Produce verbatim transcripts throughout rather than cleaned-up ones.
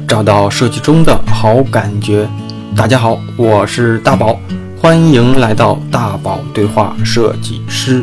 找到设计中的好感觉。大家好，我是大宝，欢迎来到大宝对话设计师。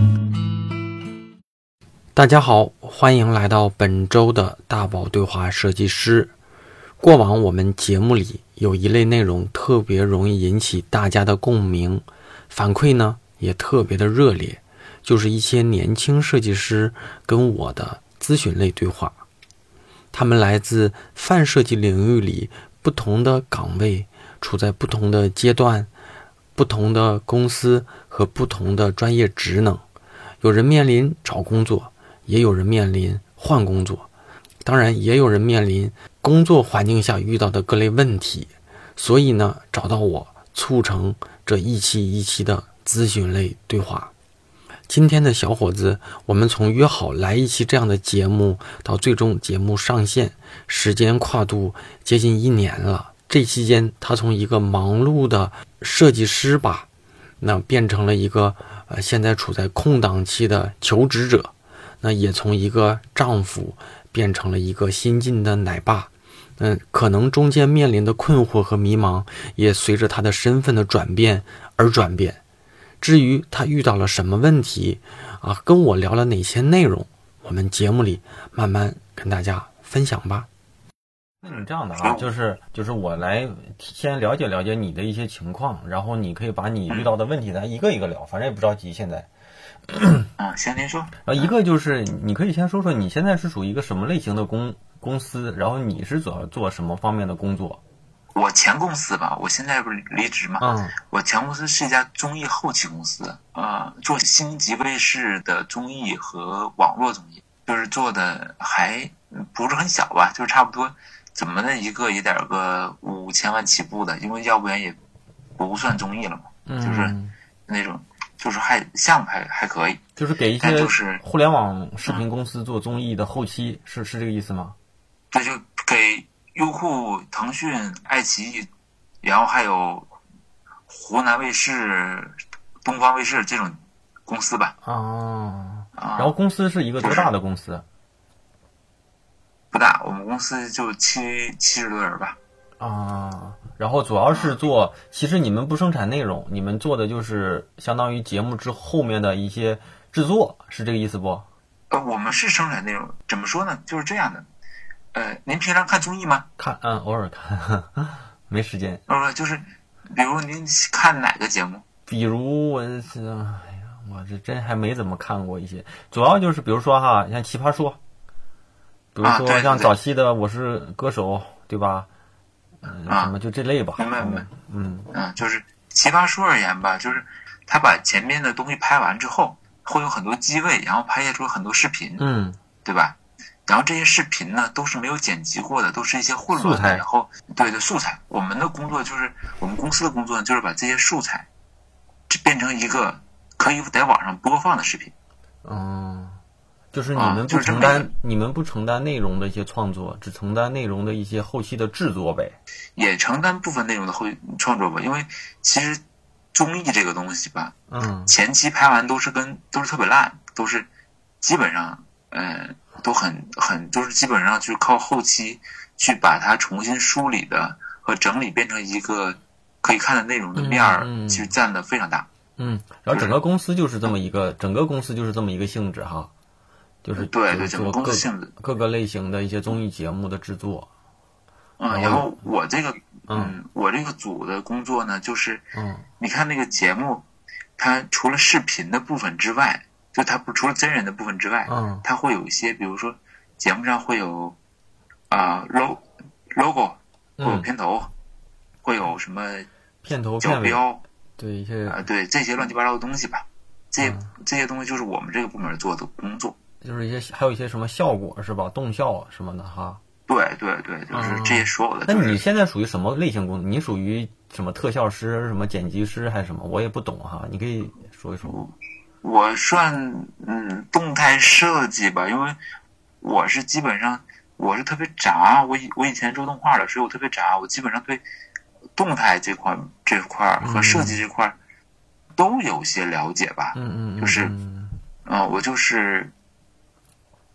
大家好，欢迎来到本周的大宝对话设计师。过往我们节目里有一类内容特别容易引起大家的共鸣，反馈呢也特别的热烈，就是一些年轻设计师跟我的咨询类对话。他们来自泛设计领域里不同的岗位，处在不同的阶段，不同的公司和不同的专业职能。有人面临找工作，也有人面临换工作，当然也有人面临工作环境下遇到的各类问题。所以呢，找到我，促成这一期一期的咨询类对话。今天的小伙子，我们从约好来一期这样的节目到最终节目上线，时间跨度接近一年了。这期间他从一个忙碌的设计师吧，那变成了一个呃现在处在空档期的求职者，那也从一个丈夫变成了一个新晋的奶爸。嗯，可能中间面临的困惑和迷茫也随着他的身份的转变而转变。至于他遇到了什么问题啊，跟我聊了哪些内容，我们节目里慢慢跟大家分享吧。 那你这样的啊，就是就是我来先了解了解你的一些情况，然后你可以把你遇到的问题咱一个一个聊，反正也不着急现在。 嗯，行，您说。 啊，一个就是你可以先说说你现在是属于一个什么类型的公公司，然后你是主要做什么方面的工作？ 我前公司吧，我现在不是离职嘛？ 嗯， 我前公司是一家综艺后期公司，呃，做星级卫视的综艺和网络综艺，就是做的还不是很小吧，就是差不多怎么的一个也得个五千万起步的，因为要不然也不算综艺了嘛， 嗯、 就是那种就是还项目还还可以， 就是给一些就是互联网视频公司做综艺的后期，嗯、是是这个意思吗？ 这就给优酷、腾讯、爱奇艺，然后还有湖南卫视、东方卫视这种公司吧。 啊， 啊然后公司是一个多大的公司？就是、 不大，我们公司就七七十多人吧。 啊，然后主要是做，其实你们不生产内容，你们做的就是相当于节目之后面的一些制作，是这个意思不？ 呃，我们是生产内容，怎么说呢？就是这样的。呃，您平常看综艺吗？ 看，嗯，偶尔看，呵呵没时间。 呃，就是，比如您看哪个节目？ 比如我，哎呀，我这真还没怎么看过一些，主要就是比如说哈，像奇葩说，比如说像早期的《我是歌手》，对吧？嗯，什么就这类吧。 明白明白。 嗯嗯，就是奇葩说而言吧，就是他把前面的东西拍完之后，会有很多机位，然后拍摄出很多视频， 嗯， 对吧？然后这些视频呢，都是没有剪辑过的，都是一些混乱的。然后，对的素材。我们的工作就是，我们公司的工作呢，就是把这些素材变成一个可以在网上播放的视频。 嗯，就是你们不承担，啊就是、你们不承担内容的一些创作，只承担内容的一些后期的制作呗。 也承担部分内容的后创作吧，因为其实综艺这个东西吧， 嗯， 前期拍完都是跟都是特别烂，都是基本上，嗯。都很很就是基本上就是靠后期去把它重新梳理的和整理变成一个可以看的内容的面儿， 嗯嗯、 其实占的非常大。 嗯，然后整个公司就是这么一个，整个公司就是这么一个性质哈，就是对对，整个公司性质各个类型的一些综艺节目的制作。 嗯，然后我这个嗯， 嗯我这个组的工作呢，就是嗯， 你看那个节目，它除了视频的部分之外。就它不除了真人的部分之外， 嗯， 它会有一些，比如说节目上会有啊、呃、logo logo 会有片头，嗯、会有什么片头角标， 对一些啊、呃、对这些乱七八糟的东西吧，这些、嗯、这些东西就是我们这个部门做的工作， 就是一些还有一些什么效果是吧，动效什么的哈。 对对对，就是这些所有的、 嗯。那你现在属于什么类型工作？你属于什么特效师、什么剪辑师还是什么？我也不懂哈，你可以说一说。 嗯我算嗯动态设计吧，因为我是基本上我是特别杂，我以我以前做动画的，所以我特别杂，我基本上对动态这块这块和设计这块都有些了解吧。 嗯嗯， 就是嗯、呃，我就是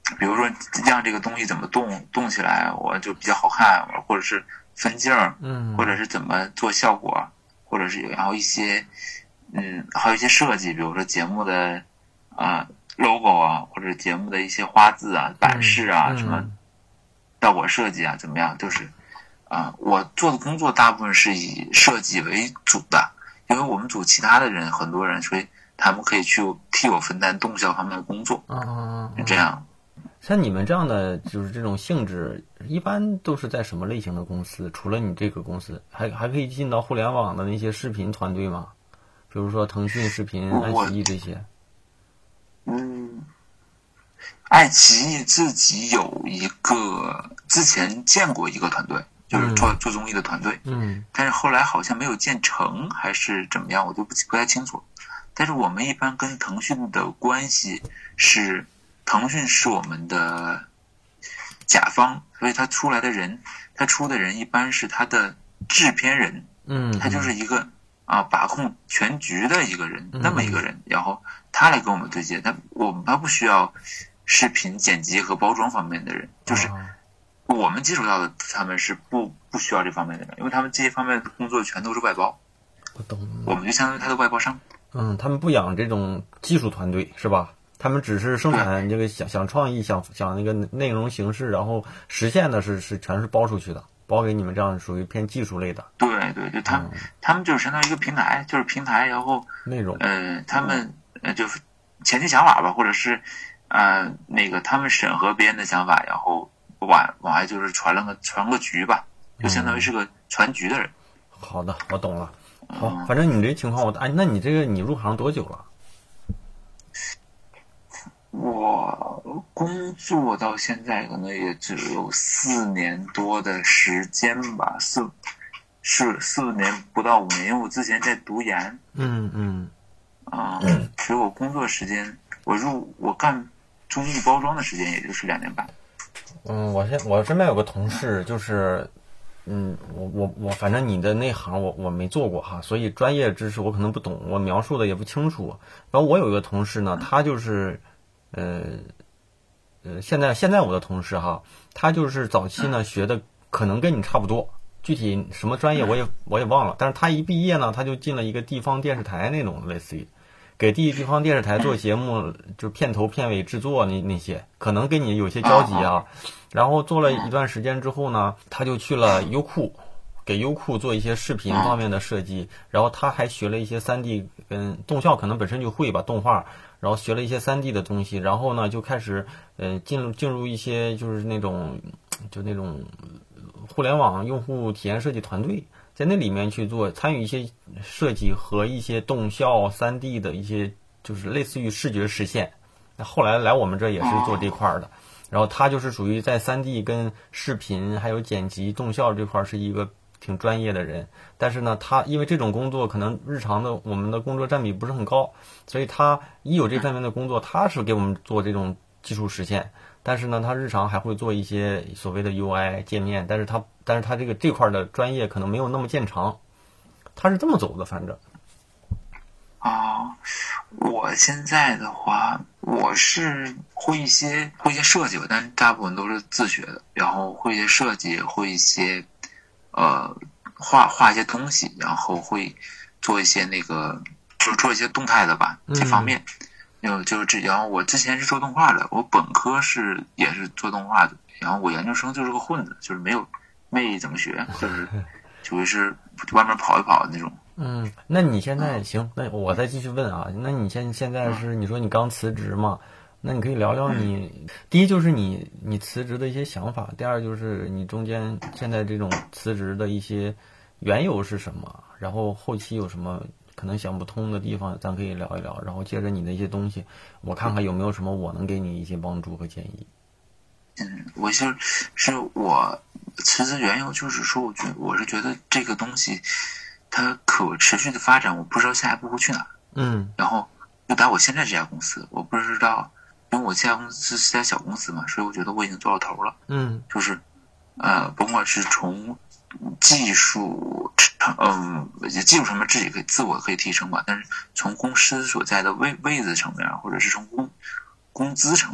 比如说让这个东西怎么动动起来，我就比较好看，或者是分镜， 嗯， 或者是怎么做效果，或者是然后一些嗯还有一些设计，比如说节目的啊、呃、logo 啊，或者节目的一些花字啊、版式啊、 嗯、 什么效果设计啊，怎么样，就是啊、呃、我做的工作大部分是以设计为主的，因为我们组其他的人很多人，所以他们可以去替我分担动效方面的工作， 啊， 这样。 像你们这样的就是这种性质，一般都是在什么类型的公司？除了你这个公司，还还可以进到互联网的那些视频团队吗？比如说腾讯视频、爱奇艺这些。 嗯，爱奇艺自己有一个之前建过一个团队，就是做、嗯、做综艺的团队， 嗯， 但是后来好像没有建成，还是怎么样，我就不不太清楚。但是我们一般跟腾讯的关系是。腾讯是我们的甲方，所以他出来的人，他出的人一般是他的制片人， 嗯， 他就是一个啊把控全局的一个人， 嗯、 那么一个人，然后他来跟我们对接，他我们他不需要视频剪辑和包装方面的人，就是我们接触到的他们是不不需要这方面的人，因为他们这些方面的工作全都是外包， 我懂， 我们就相当于他的外包商。 嗯，他们不养这种技术团队是吧？他们只是生产这个想想创意，想想那个内容形式，然后实现的是是全是包出去的，包给你们这样属于偏技术类的。 对对对，他们、嗯、他们就是相当于一个平台，就是平台，然后内容， 呃，他们呃就是前期想法吧，或者是呃那个他们审核别人的想法，然后往往外就是传了个传个局吧，就相当于是个传局的人。 嗯、好的，我懂了。好，嗯、反正你这情况我哎，那你这个你入行多久了？ 我工作到现在可能也只有四年多的时间吧，四是四年不到五年，因为我之前在读研。 嗯嗯。 啊、嗯，所以我工作时间，我入我干综艺包装的时间也就是两年半。 嗯，我现我身边有个同事，就是，嗯，我我我，反正你的那行我我没做过哈，所以专业知识我可能不懂，我描述的也不清楚。然后我有一个同事呢，他就是。呃，呃，现在现在我的同事哈，他就是早期呢学的可能跟你差不多，具体什么专业我也我也忘了。但是他一毕业呢，他就进了一个地方电视台那种类似于，给地地方电视台做节目，就是片头片尾制作那那些，可能跟你有些交集啊。然后做了一段时间之后呢，他就去了优酷，给优酷做一些视频方面的设计。然后他还学了一些 三 D 跟动效，可能本身就会吧动画。然后学了一些 三 D 的东西，然后呢就开始呃进入进入一些就是那种就那种互联网用户体验设计团队，在那里面去做参与一些设计和一些动效 三 D 的一些就是类似于视觉实现。那后来来我们这也是做这块的，然后他就是属于在 三 D 跟视频还有剪辑动效这块是一个挺专业的人，但是呢，他因为这种工作可能日常的我们的工作占比不是很高，所以他一有这方面的工作，他是给我们做这种技术实现，但是呢，他日常还会做一些所谓的 U I 界面，但是他但是他这个这块的专业可能没有那么见长，他是这么走的，反正。 啊，我现在的话，我是会一些会一些设计吧，但是大部分都是自学的，然后会一些设计，会一些。呃，画画一些东西，然后会做一些那个，就做一些动态的吧，这方面。就就是这，然后我之前是做动画的，我本科是也是做动画的，然后我研究生就是个混子，就是没有没怎么学，就是就是外面跑一跑那种。 嗯，那你现在行？那我再继续问啊，那你现现在是你说你刚辞职嘛？那你可以聊聊你，嗯、第一就是你你辞职的一些想法，第二就是你中间现在这种辞职的一些缘由是什么，然后后期有什么可能想不通的地方，咱可以聊一聊，然后接着你的一些东西，我看看有没有什么我能给你一些帮助和建议。 嗯，我就是是我辞职缘由就是说，我觉我是觉得这个东西它可持续的发展，我不知道下一步会去哪。 嗯， 然后就打我现在这家公司，我不知道。因为我这家公司是家小公司嘛，所以我觉得我已经做到头了。 嗯， 就是呃，甭管是从技术，嗯，技术层面自己可以自我可以提升吧，但是从公司所在的位位置层面，或者是从工工资层面，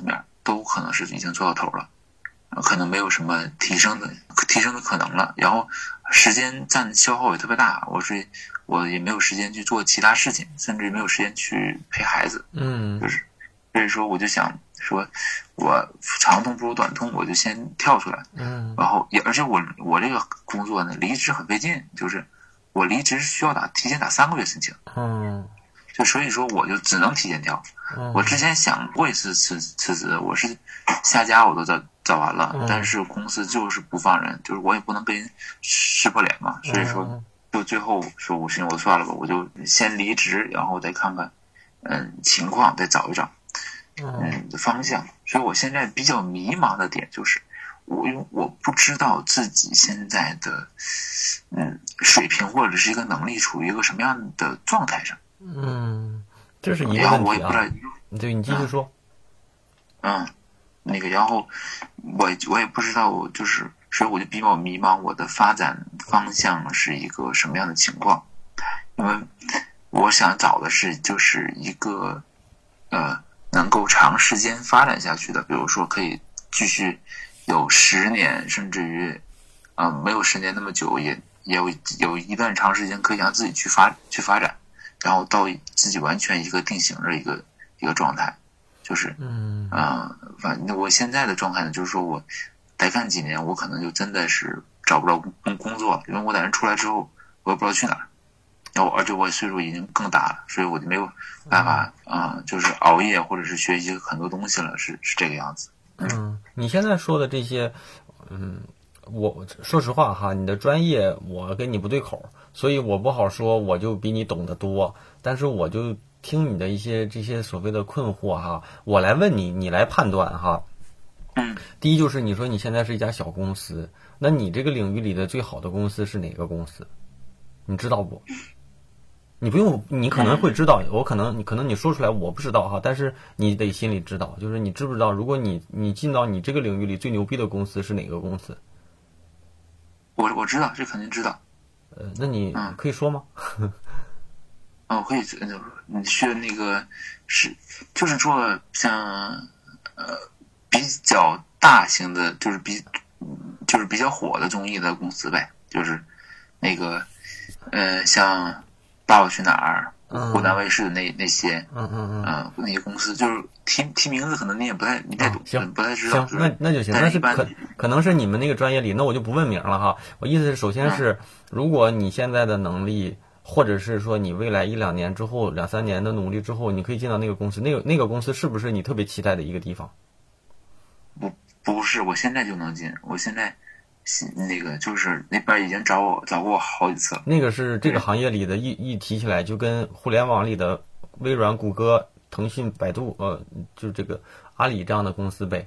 都可能是已经做到头了，可能没有什么提升的提升的可能了，然后时间占消耗也特别大，我是我也没有时间去做其他事情，甚至没有时间去陪孩子， 嗯， 就是所以说我就想说，我长痛不如短痛，我就先跳出来， 嗯， 然后也而且我我这个工作呢，离职很费劲，就是我离职需要打提前打三个月申请， 嗯， 就所以说我就只能提前跳。 嗯， 我之前想过一次辞辞职，我是下家我都找找完了， 嗯， 但是公司就是不放人，就是我也不能跟人撕破脸嘛，所以说就最后说我寻思我算了吧，我就先离职，然后再看看嗯情况，再找一找嗯的方向。所以我现在比较迷茫的点就是，我因为我不知道自己现在的嗯水平或者是一个能力处于一个什么样的状态上。 嗯，这是一个然后问题啊。 我也不知道， 对，你继续说。 嗯，那个，然后我我也不知道，我就是，所以我就比较迷茫，我的发展方向是一个什么样的情况？因为我想找的是就是一个呃能够长时间发展下去的，比如说可以继续有十年，甚至于呃没有十年那么久，也也有有一段长时间可以让自己去发去发展。然后到自己完全一个定型的一个一个状态，就是嗯呃，反正我现在的状态呢，就是说我再干几年，我可能就真的是找不着工工作了，因为我在那出来之后，我也不知道去哪儿，然后而且我岁数已经更大了，所以我就没有办法啊、呃，就是熬夜或者是学习很多东西了，是是这个样子。 嗯，你现在说的这些，嗯。我说实话哈，你的专业我跟你不对口，所以我不好说我就比你懂得多，但是我就听你的一些这些所谓的困惑哈，我来问你，你来判断哈。 嗯， 第一就是你说你现在是一家小公司，那你这个领域里的最好的公司是哪个公司？你知道不？你不用，你可能会知道，我可能你可能你说出来我不知道哈，但是你得心里知道，就是你知不知道，如果你你进到你这个领域里最牛逼的公司是哪个公司？ 我我知道，这肯定知道。 呃，那你可以说吗？ 嗯，我可以，你学那个是就是做像呃比较大型的，就是比就是比较火的综艺的公司呗，就是那个呃像《爸爸去哪儿》、湖南卫视的那那些， 嗯嗯嗯， 呃那些公司，就是提提名字可能你也不太你太懂， 行， 不太知道。 行，那那就行，但是可可能是你们那个专业里，那我就不问名了哈。我意思是，首先是如果你现在的能力，或者是说你未来一两年之后、两三年的努力之后，你可以进到那个公司，那个那个公司是不是你特别期待的一个地方？ 不不是，我现在就能进，我现在。那个就是那边已经找我找过我好几次了。 那个是这个行业里的一一提起来，就跟互联网里的微软、谷歌、腾讯、百度，呃，就是这个阿里这样的公司呗。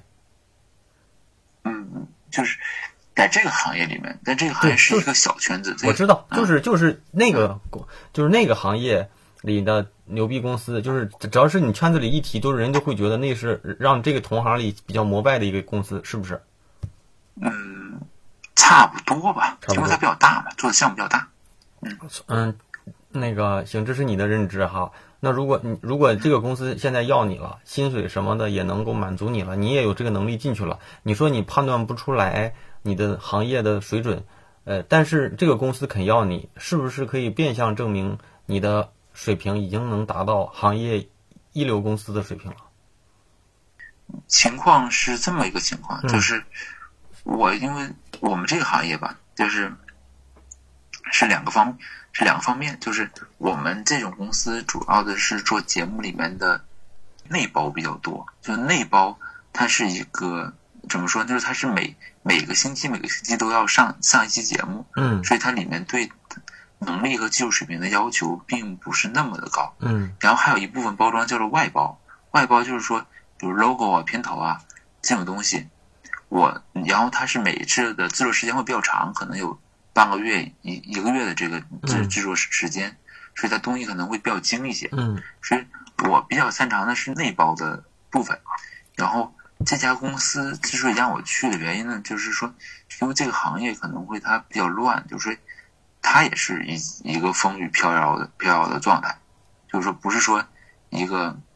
嗯，就是在这个行业里面，在这个行业是一个小圈子。 我知道，就是就是那个、嗯、就是那个行业里的牛逼公司，就是只要是你圈子里一提，都人就会觉得那是让这个同行里比较膜拜的一个公司，是不是？ 嗯。差不多吧，因为它比较大嘛，做的项目比较大。嗯嗯，那个行，这是你的认知哈。那如果你如果这个公司现在要你了，薪水什么的也能够满足你了，你也有这个能力进去了，你说你判断不出来你的行业的水准，呃，但是这个公司肯要你，是不是可以变相证明你的水平已经能达到行业一流公司的水平了？ 情况是这么一个情况，嗯、就是我因为。我们这个行业吧，就是是两个方是两个方面，就是我们这种公司主要的是做节目里面的内包比较多，就是内包它是一个怎么说，就是它是每每个星期每个星期都要上上一期节目， 嗯， 所以它里面对能力和技术水平的要求并不是那么的高， 嗯， 然后还有一部分包装叫做外包，外包就是说比如 logo 啊、片头啊这种东西。我，然后它是每一次的制作时间会比较长，可能有半个月、一一个月的这个制制作时间，嗯、所以它东西可能会比较精一些。 嗯， 所以我比较擅长的是内包的部分。然后这家公司之所以让我去的原因呢，就是说，因为这个行业可能会它比较乱，就是说它也是一一个风雨飘摇的飘摇的状态，就是说不是说一个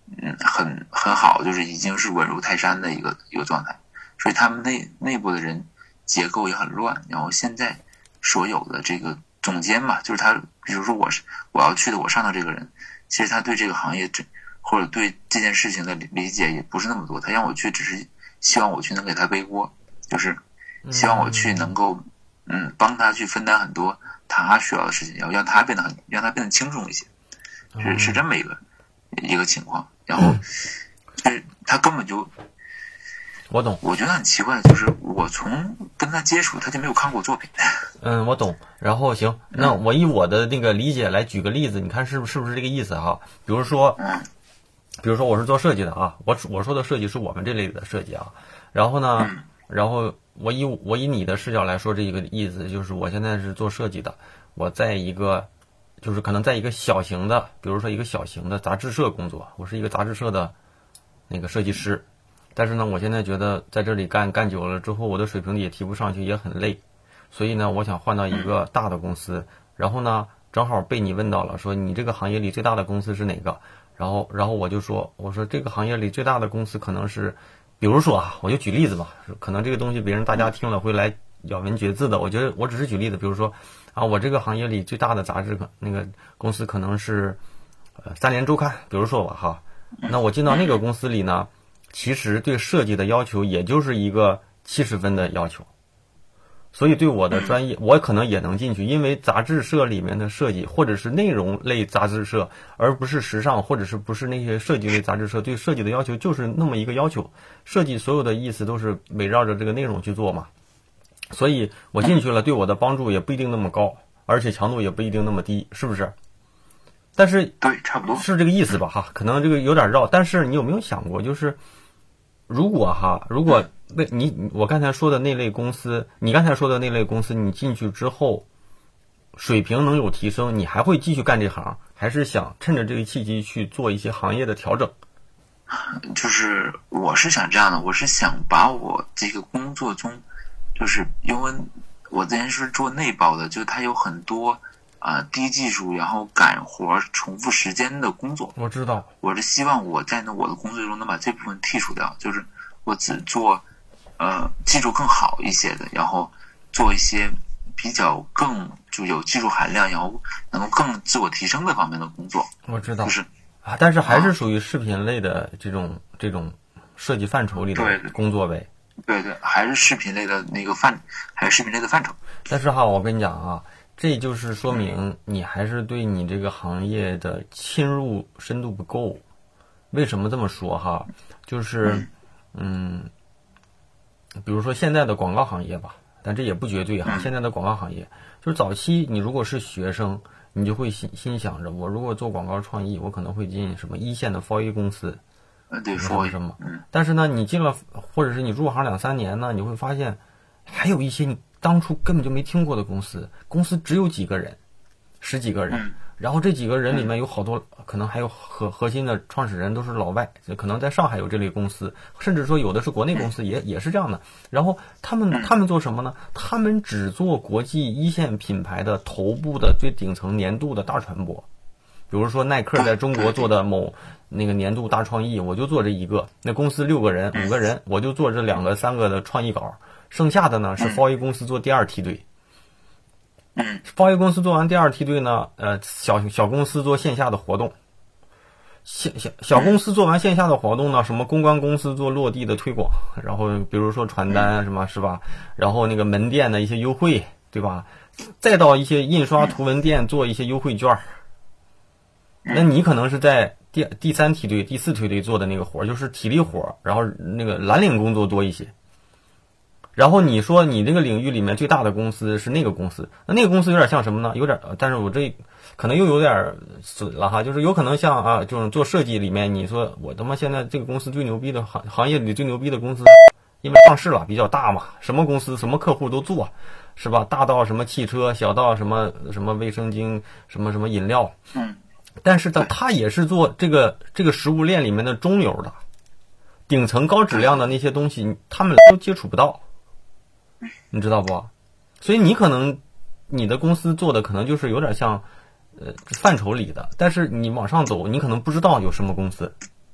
嗯很很好，就是已经是稳如泰山的一个一个状态，所以他们内内部的人结构也很乱。然后现在所有的这个总监嘛，就是他，比如说我是我要去的，我上到这个人，其实他对这个行业这或者对这件事情的理解也不是那么多，他让我去只是希望我去能给他背锅，就是希望我去能够嗯帮他去分担很多他需要的事情，然后让他变得很让他变得轻松一些，是是这么一个一个情况。然后就是他根本就我懂， 我觉得很奇怪，就是我从跟他接触，他就没有看过作品。 嗯，我懂。然后行，那我以我的那个理解来举个例子，你看是不是不是这个意思哈？比如说， 嗯， 比如说我是做设计的啊，我我说的设计是我们这类的设计啊。然后呢， 嗯、 然后我以我以你的视角来说，这一个意思就是我现在是做设计的，我在一个就是可能在一个小型的，比如说一个小型的杂志社工作，我是一个杂志社的那个设计师。但是呢，我现在觉得在这里干干久了之后，我的水平也提不上去，也很累，所以呢，我想换到一个大的公司。然后呢，正好被你问到了，说你这个行业里最大的公司是哪个？然后，然后我就说，我说这个行业里最大的公司可能是，比如说啊，我就举例子吧，可能这个东西别人大家听了会来咬文嚼字的。我觉得我只是举例子，比如说啊，我这个行业里最大的杂志那个公司可能是呃三联周刊，比如说吧哈，那我进到那个公司里呢。其实对设计的要求也就是一个七十分的要求，所以对我的专业我可能也能进去，因为杂志社里面的设计或者是内容类杂志社，而不是时尚或者是不是那些设计类杂志社，对设计的要求就是那么一个要求，设计所有的意思都是围绕着这个内容去做嘛，所以我进去了，对我的帮助也不一定那么高，而且强度也不一定那么低，是不是？但是对，差不多是这个意思吧哈，可能这个有点绕，但是你有没有想过，就是如果哈，如果为你我刚才说的那类公司，你刚才说的那类公司，你进去之后水平能有提升，你还会继续干这行，还是想趁着这个契机去做一些行业的调整？ 就是我是想这样的，我是想把我这个工作中，就是因为我之前是做内包的，就它有很多啊、呃、低技术，然后赶活、重复时间的工作。 我知道， 我是希望我在那我的工作中能把这部分剔除掉，就是我只做呃技术更好一些的，然后做一些比较更就有技术含量，然后能够更自我提升的方面的工作。 我知道， 就是啊，但是还是属于视频类的这种、啊、这种设计范畴里的工作呗。 对对，还是视频类的那个范，还是视频类的范畴。 但是哈，我跟你讲啊，这就是说明你还是对你这个行业的侵入深度不够。为什么这么说哈？就是嗯，比如说现在的广告行业吧，但这也不绝对哈。现在的广告行业，就是早期你如果是学生，你就会心心想着，我如果做广告创意，我可能会进什么一线的 four A 公司。 呃，对，说什么？但是呢，你进了，或者是你入行两三年呢，你会发现，还有一些你当初根本就没听过的公司，公司只有几个人，十几个人， 嗯、 然后这几个人里面有好多，可能还有核核心的创始人都是老外，可能在上海有这类公司，甚至说有的是国内公司也，也也是这样的。然后他们他们做什么呢？他们只做国际一线品牌的头部的最顶层年度的大传播。比如说耐克在中国做的某那个年度大创意，我就做这一个，那公司六个人五个人，我就做这两个三个的创意稿，剩下的呢是 four A 公司做第二梯队。 嗯 four A 公司做完第二梯队呢，呃小小公司做线下的活动，小小小公司做完线下的活动呢，什么公关公司做落地的推广，然后比如说传单什么是吧，然后那个门店的一些优惠，对吧？再到一些印刷图文店做一些优惠券。那你可能是在第第三梯队、第四梯队做的那个活，就是体力活，然后那个蓝领工作多一些。然后你说你这个领域里面最大的公司是那个公司，那那个公司有点像什么呢？有点，但是我这可能又有点损了哈，就是有可能像啊，就是做设计里面，你说我他妈现在这个公司最牛逼的行行业里最牛逼的公司，因为上市了比较大嘛，什么公司什么客户都做，是吧？大到什么汽车，小到什么什么卫生巾，什么什么饮料， 嗯。 但是呢，他也是做这个这个食物链里面的中游的，顶层高质量的那些东西，他们都接触不到，你知道不？所以你可能你的公司做的可能就是有点像呃范畴里的，但是你往上走，你可能不知道有什么公司，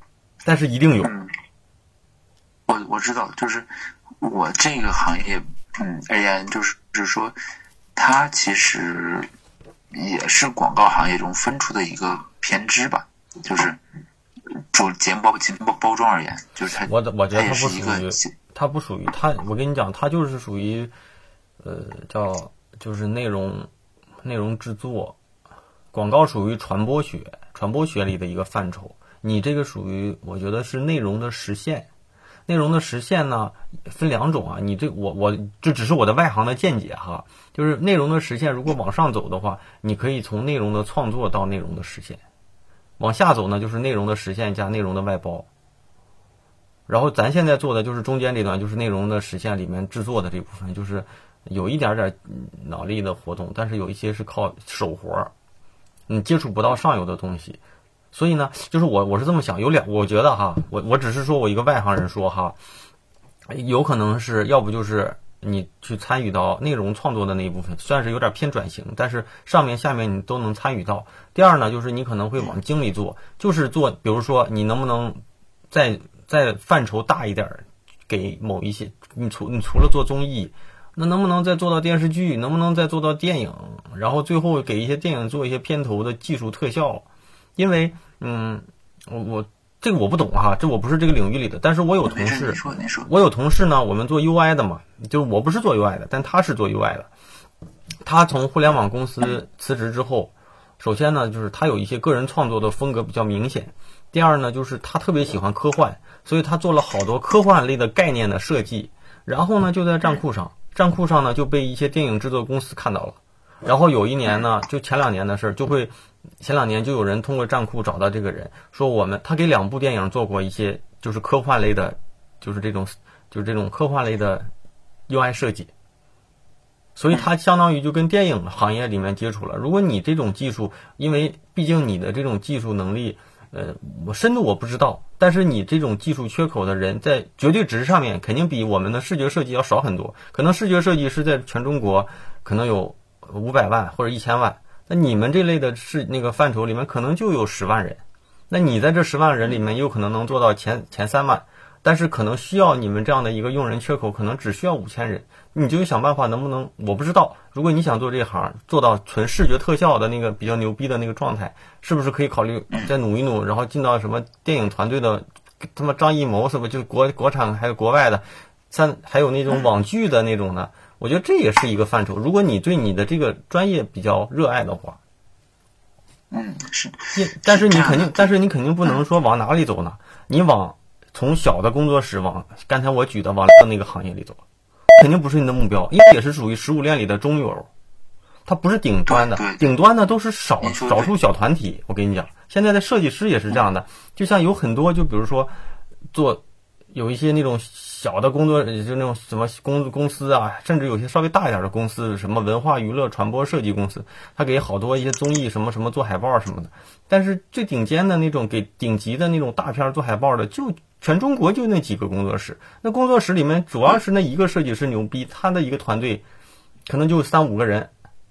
但是一定有。 嗯，我我知道，就是我这个行业，嗯，而言就是就是说，它其实也是广告行业中分出的一个偏支吧，就是就节目包节目包包装而言，就是它， 我我觉得它不它也是一属于个， 它不属于它，我跟你讲，它就是属于，呃，叫就是内容内容制作，广告属于传播学，传播学里的一个范畴。你这个属于，我觉得是内容的实现。内容的实现呢，分两种啊。你这我我这只是我的外行的见解哈，就是内容的实现，如果往上走的话，你可以从内容的创作到内容的实现；往下走呢，就是内容的实现加内容的外包。然后咱现在做的就是中间这段，就是内容的实现里面制作的这部分，就是有一点点脑力的活动，但是有一些是靠手活，你接触不到上游的东西。所以呢，就是我我是这么想，有两，我觉得哈，我我只是说我一个外行人说哈，有可能是要不就是你去参与到内容创作的那一部分，算是有点偏转型，但是上面下面你都能参与到。第二呢，就是你可能会往精里做，就是做，比如说你能不能再再范畴大一点，给某一些，你除你除了做综艺，那能不能再做到电视剧，能不能再做到电影，然后最后给一些电影做一些片头的技术特效。因为嗯，我我这个我不懂哈，这我不是这个领域里的，但是我有同事，我有同事呢，我们做 U I 的嘛，就是我不是做 U I 的，但他是做 U I 的。他从互联网公司辞职之后，首先呢，就是他有一些个人创作的风格比较明显；第二呢，就是他特别喜欢科幻，所以他做了好多科幻类的概念的设计。然后呢，就在站酷上，站酷上呢就被一些电影制作公司看到了。然后有一年呢，就前两年的事儿，就会前两年就有人通过站酷找到这个人，说我们他给两部电影做过一些就是科幻类的，就是这种就是这种科幻类的 U I 设计，所以他相当于就跟电影行业里面接触了。如果你这种技术，因为毕竟你的这种技术能力，呃，我深度我不知道，但是你这种技术缺口的人在绝对值上面肯定比我们的视觉设计要少很多，可能视觉设计是在全中国可能有五百万或者一千万，那你们这类的是那个范畴里面可能就有十万人，那你在这十万人里面有可能能做到前前三万，但是可能需要你们这样的一个用人缺口，可能只需要五千人，你就想办法能不能，我不知道，如果你想做这行做到纯视觉特效的那个比较牛逼的那个状态，是不是可以考虑再努一努，然后进到什么电影团队的，他妈张艺谋什么就是国国产还有国外的，三还有那种网剧的那种的。我觉得这也是一个范畴，如果你对你的这个专业比较热爱的话， 嗯，是， 但是你肯定，但是你肯定不能说往哪里走呢？你往从小的工作室往刚才我举的往那个行业里走，肯定不是你的目标，因为也是属于食物链里的中游，它不是顶端的，顶端的都是少少数小团体。我跟你讲，现在的设计师也是这样的，就像有很多，就比如说做有一些那种小的工作，就那种什么公公司啊，甚至有些稍微大一点的公司，什么文化娱乐传播设计公司，他给好多一些综艺什么什么做海报什么的。但是最顶尖的那种给顶级的那种大片做海报的，就全中国就那几个工作室。那工作室里面主要是那一个设计师牛逼，他的一个团队可能就三五个人。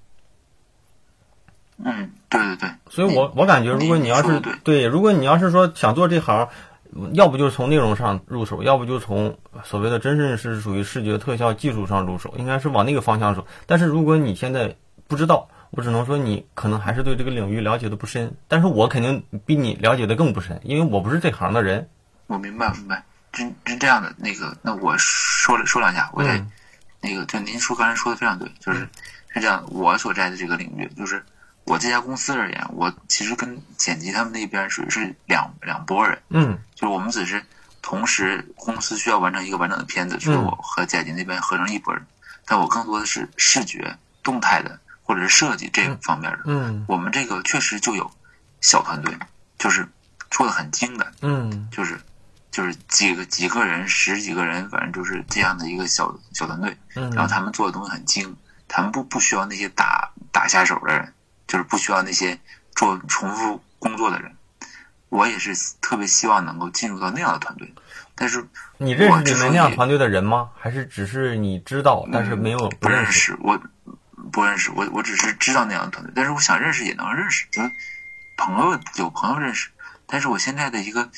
嗯，对对对。 所以我我感觉，如果你要是 对, 对，如果你要是说想做这行，要不就是从内容上入手，要不就从所谓的真正是属于视觉特效技术上入手，应该是往那个方向走。但是如果你现在不知道，我只能说你可能还是对这个领域了解的不深，但是我肯定比你了解的更不深，因为我不是这行的人。 我明白明白，是是这样的。那个，那我说了说两下，我再、嗯、那个，就您说刚才说的非常对，就是是这样。我所在的这个领域，就是我这家公司而言，我其实跟剪辑他们那边属于是两两拨人， 嗯， 就是我们只是同时公司需要完成一个完整的片子，所以我和剪辑那边合成一拨人，但我更多的是视觉、动态的或者是设计这方面的， 嗯， 我们这个确实就有小团队，就是做的很精的， 嗯， 就是就是几个几个人、十几个人，反正就是这样的一个小小团队， 嗯， 然后他们做的东西很精，他们不不需要那些打打下手的人。就是不需要那些做重复工作的人，我也是特别希望能够进入到那样的团队。但是你认识你们那样团队的人吗？还是只是你知道，但是没有不认识？我不认识，我我只是知道那样的团队，但是我想认识也能认识，就是朋友有朋友认识。但是我现在的一个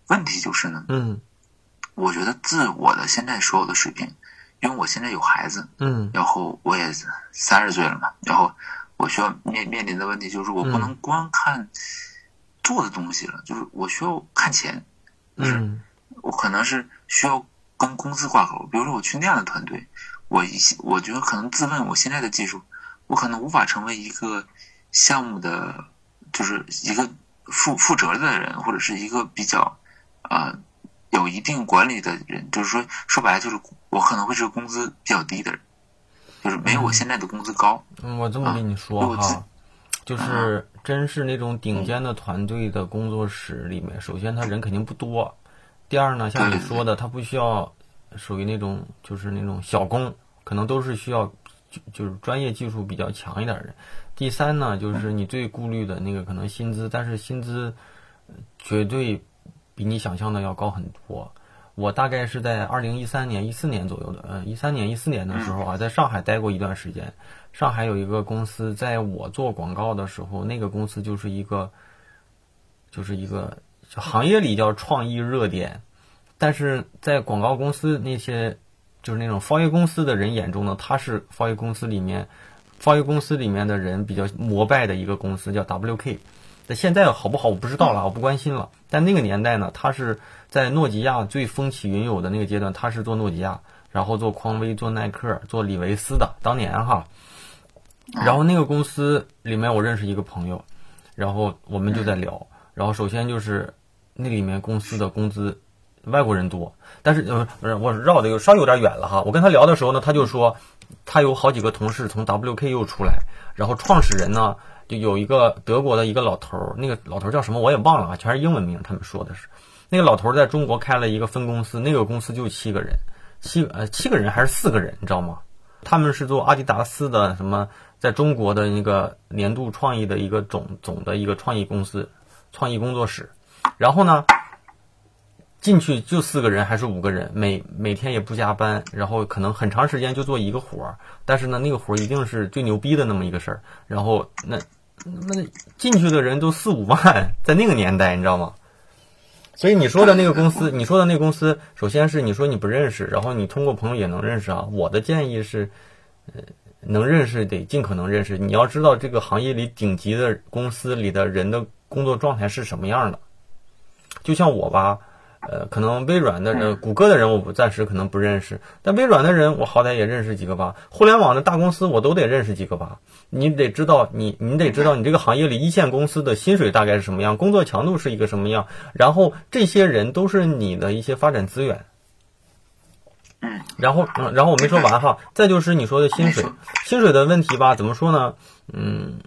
问题就是呢， 嗯， 我觉得自我的现在所有的水平，因为我现在有孩子， 嗯， 然后我也三十岁了嘛，然后我需要面面临的问题就是我不能光看做的东西了，就是我需要看钱，就是我可能是需要跟公司挂钩，比如说我去那样的团队，我一我觉得可能自问我现在的技术，我可能无法成为一个项目的，就是一个负负责任的人，或者是一个比较啊、呃、有一定管理的人，就是说说白了就是我可能会是个工资比较低的人，就是没有我现在的工资高。 嗯，我这么跟你说哈。啊就是真是那种顶尖的团队的工作室里面，首先他人肯定不多，第二呢，像你说的，他不需要属于那种就是那种小工，可能都是需要就就是专业技术比较强一点的人。第三呢，就是你最顾虑的那个可能薪资，但是薪资绝对比你想象的要高很多。我大概是在二零一三年、一四年左右的，呃，一三年、一四年的时候啊，在上海待过一段时间。上海有一个公司，在我做广告的时候，那个公司就是一个，就是一个行业里叫创意热点，但是在广告公司那些就是那种创业公司的人眼中呢，它是创业公司里面，创业公司里面的人比较膜拜的一个公司，叫 W K。但现在好不好我不知道了，我不关心了。但那个年代呢，它是在诺基亚最风起云涌的那个阶段，它是做诺基亚，然后做匡威、做耐克、做李维斯的，当年哈。然后那个公司里面我认识一个朋友，然后我们就在聊，然后首先就是那里面公司的工资外国人多，但是呃不是我绕的有稍微有点远了哈。我跟他聊的时候呢，他就说他有好几个同事从 W K 又出来，然后创始人呢就有一个德国的一个老头，那个老头叫什么我也忘了啊，全是英文名，他们说的是那个老头在中国开了一个分公司，那个公司就七个人，七呃七个人还是四个人，你知道吗？他们是做阿迪达斯的什么，在中国的那个年度创意的一个总总的一个创意公司、创意工作室。然后呢，进去就四个人还是五个人，每每天也不加班，然后可能很长时间就做一个活儿，但是呢，那个活儿一定是最牛逼的那么一个事儿。然后那那进去的人都四五万，在那个年代，你知道吗？所以你说的那个公司，你说的那个公司，首先是你说你不认识，然后你通过朋友也能认识啊。我的建议是，呃，能认识得尽可能认识。你要知道这个行业里顶级的公司里的人的工作状态是什么样的。就像我吧，呃，可能微软的、呃，谷歌的人我不暂时可能不认识，但微软的人我好歹也认识几个吧。互联网的大公司我都得认识几个吧。你得知道你，你得知道你这个行业里一线公司的薪水大概是什么样，工作强度是一个什么样，然后这些人都是你的一些发展资源。 嗯， 然后，嗯，然后我没说完哈，再就是你说的薪水，薪水的问题吧，怎么说呢？嗯，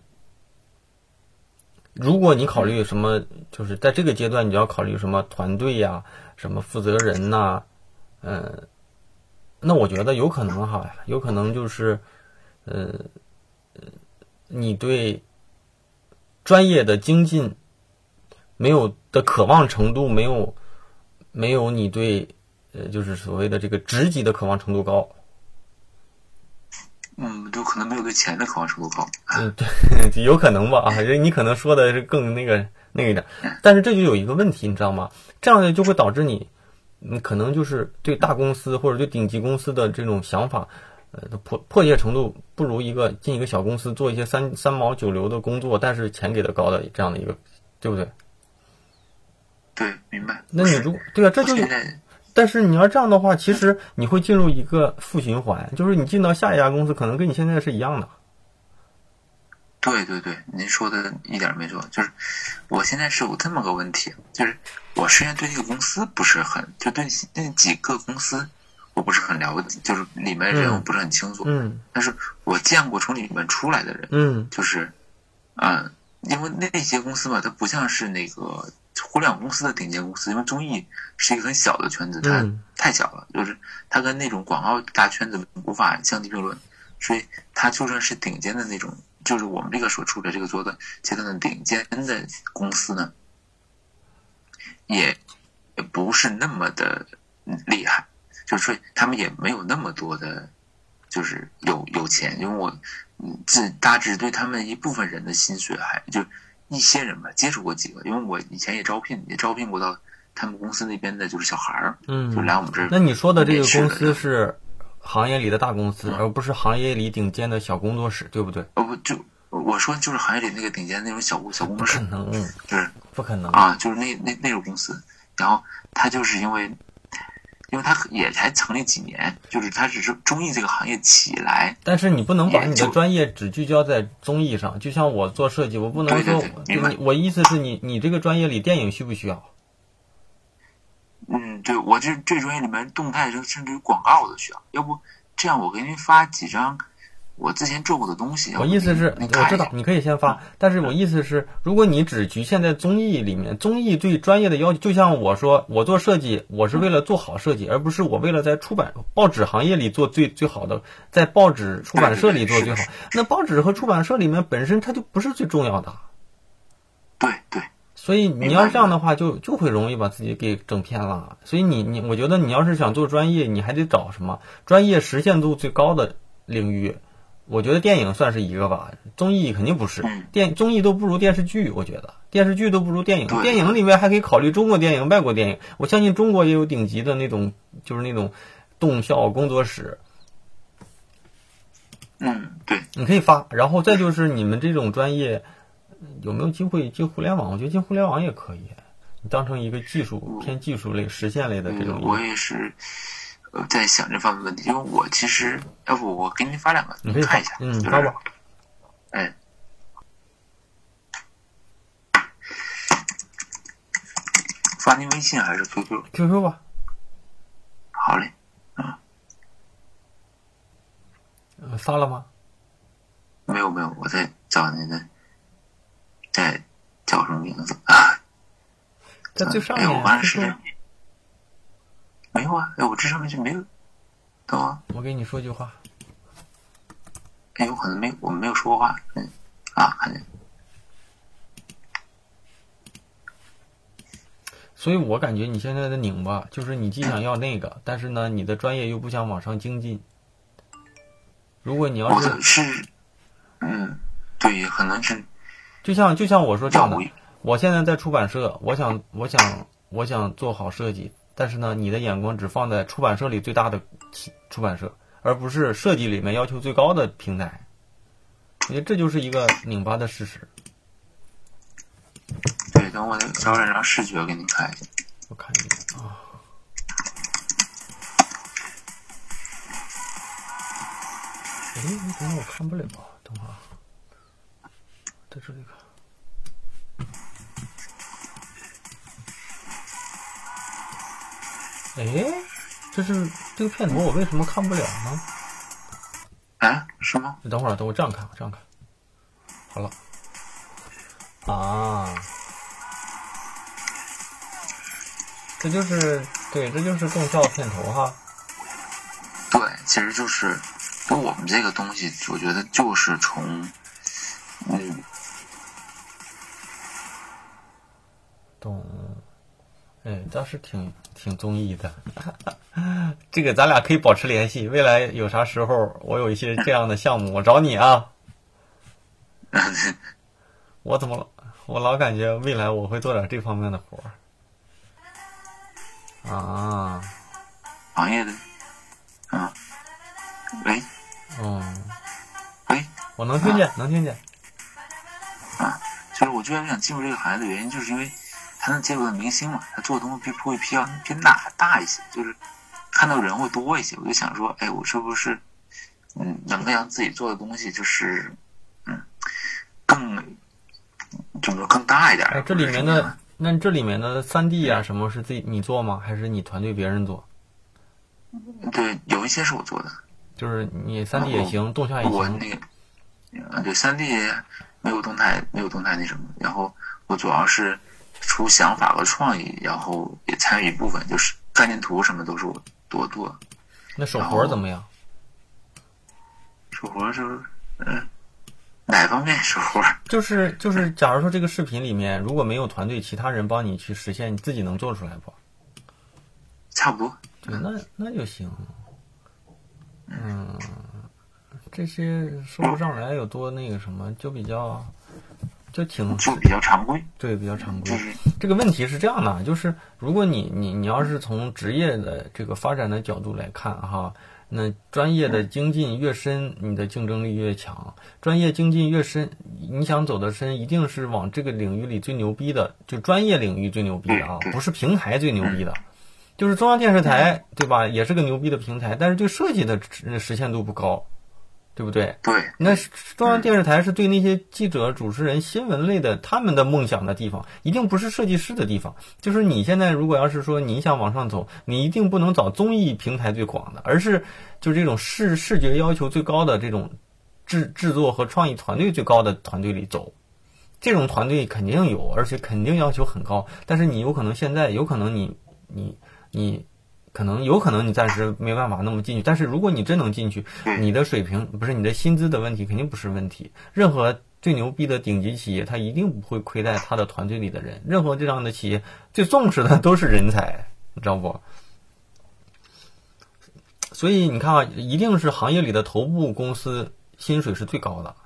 如果你考虑什么，就是在这个阶段你就要考虑什么团队呀、什么负责人呐、嗯，那我觉得有可能哈，有可能就是，呃。你对专业的精进没有的渴望程度没有没有你对呃就是所谓的这个职级的渴望程度高。 嗯，就可能没有对钱的渴望程度高。 嗯，对，有可能吧啊，你可能说的是更那个那个一点，但是这就有一个问题，你知道吗？这样的就会导致你，你可能就是对大公司或者对顶级公司的这种想法。呃，迫迫切程度不如一个进一个小公司做一些三三毛九流的工作，但是钱给的高的这样的一个，对不对？ 对，明白。 那你如果对啊，这就有。但是你要这样的话，其实你会进入一个负循环，就是你进到下一家公司，可能跟你现在是一样的。 对对对，您说的一点没错，就是我现在是有这么个问题，就是我虽然对这个公司不是很，就对那几个公司。我不是很了解，就是里面人我不是很清楚， 嗯， 但是我见过从里面出来的人， 嗯， 就是，嗯、呃，因为那些公司嘛，它不像是那个互联网公司的顶尖公司，因为综艺是一个很小的圈子，它太小了，就是它跟那种广告大圈子无法相提并论，所以它就算是顶尖的那种，就是我们这个所处的这个做的阶段的顶尖的公司呢，也也不是那么的厉害。就是说，他们也没有那么多的，就是有有钱，因为我这大致对他们一部分人的薪水还就一些人吧，接触过几个，因为我以前也招聘，也招聘过到他们公司那边的就是小孩儿， 嗯， 就来我们这儿。 那你说的这个公司面试的是行业里的大公司， 嗯而不是行业里顶尖的小工作室，对不对？ 哦不，就我说就是行业里那个顶尖的那种小工小工不作室， 可能， 就是不可能啊，就是那那那种公司。然后他就是因为，因为他也才成立几年，就是他只是综艺这个行业起来。 但是你不能把你的也就专业只聚焦在综艺上，就像我做设计，我不能对对说对明白你我意思是你你这个专业里电影需不需要？ 嗯，对我这这专业里面动态甚至于广告都需要，要不这样我给您发几张我之前做过的东西。 我意思是， 您我知道你可以先发，但是我意思是，如果你只局限在综艺里面，综艺对专业的要求，就像我说，我做设计，我是为了做好设计，而不是我为了在出版报纸行业里做最最好的，在报纸出版社里做最好。那报纸和出版社里面本身它就不是最重要的。 对对。 所以你要这样的话就，就就会容易把自己给整偏了。所以你你，我觉得你要是想做专业，你还得找什么专业实现度最高的领域。我觉得电影算是一个吧，综艺肯定不是，电综艺都不如电视剧，我觉得电视剧都不如电影。电影里面还可以考虑中国电影、外国电影。我相信中国也有顶级的那种，就是那种动效工作室。 嗯，对， 你可以发。然后再就是你们这种专业。有没有机会进互联网？我觉得进互联网也可以，你当成一个技术偏技术类、实现类的这种。 我也是，呃，在想这方面问题，因为我其实，要不我给你发两个， 你可以看一下， 嗯，发吧。 哎，发您微信还是 Q Q？Q Q 吧。 好嘞，啊。 呃，发了吗？ 没有没有，我在找您的。在叫什么名字啊？ 在最上面。 哎，我刚才是没有啊！哎，我这上面就没有。等啊！ 我给你说句话。 哎，有可能没我们没有说话。嗯，啊，看见。 所以我感觉你现在的拧巴，就是你既想要那个，但是呢，你的专业又不想往上精进。如果你要是， 我的是，嗯，对，可能是。 就像就像我说这样的，我现在在出版社，我想我想我想做好设计，但是呢，你的眼光只放在出版社里最大的出版社，而不是设计里面要求最高的平台。我觉得这就是一个拧巴的事实。 对，等我找两张视觉给你看一下。 我看一眼啊。哎，为什么我看不了？等会儿。在这里看，哎，这是这个片头，我为什么看不了呢？ 啊，是吗？ 你等会儿，等我这样看，这样看，好了，啊，这就是对，这就是动效片头哈。 对，其实就是，就我们这个东西，我觉得就是从，嗯。 懂，哎，倒是挺挺综艺的，这个咱俩可以保持联系。未来有啥时候我有一些这样的项目，我找你啊。我怎么了？我老感觉未来我会做点这方面的活儿啊。 行业的，嗯，喂， 嗯， 喂， 我能听见，啊、能听见。 啊，就是我最想进入这个行业的原因，就是因为。他能接触到明星嘛？他做的东西比会偏偏大大一些，就是看到人会多一些。我就想说，哎，我是不是嗯能够让自己做的东西就是嗯更怎么说更大一点？ 哎，这里面的那这里面的三 D 啊什么是自己你做吗？还是你团队别人做？ 对，有一些是我做的， 就是你三 D 也行，动效也行。 我那个对三 D 没有动态，没有动态那什么。然后我主要是。出想法和创意，然后也参与一部分，就是概念图什么都是我多做。 那手活怎么样？ 手活就是，嗯，哪方面手活？ 就是就是，假如说这个视频里面如果没有团队，其他人帮你去实现，你自己能做出来不？ 差不多。 对，那那就行。嗯，这些说不上来有多那个什么，就比较就挺就比较常规。 对，比较常规。 就是这个问题是这样的，就是如果你你你要是从职业的这个发展的角度来看哈，那专业的精进越深，你的竞争力越强。专业精进越深，你想走得深，一定是往这个领域里最牛逼的，就专业领域最牛逼的啊，不是平台最牛逼的。就是中央电视台，对吧？也是个牛逼的平台，但是对设计的实现度不高。对不对？ 对， 那中央电视台是对那些记者、主持人、新闻类的他们的梦想的地方，一定不是设计师的地方。就是你现在如果要是说你想往上走，你一定不能找综艺平台最广的，而是就是这种视视觉要求最高的这种制制作和创意团队最高的团队里走。这种团队肯定有，而且肯定要求很高。但是你有可能现在有可能你你你。可能有可能你暂时没办法那么进去，但是如果你真能进去，你的水平不是你的薪资的问题，肯定不是问题。任何最牛逼的顶级企业，它一定不会亏待他的团队里的人。任何这样的企业最重视的都是人才，你知道不？所以你看啊，一定是行业里的头部公司薪水是最高的。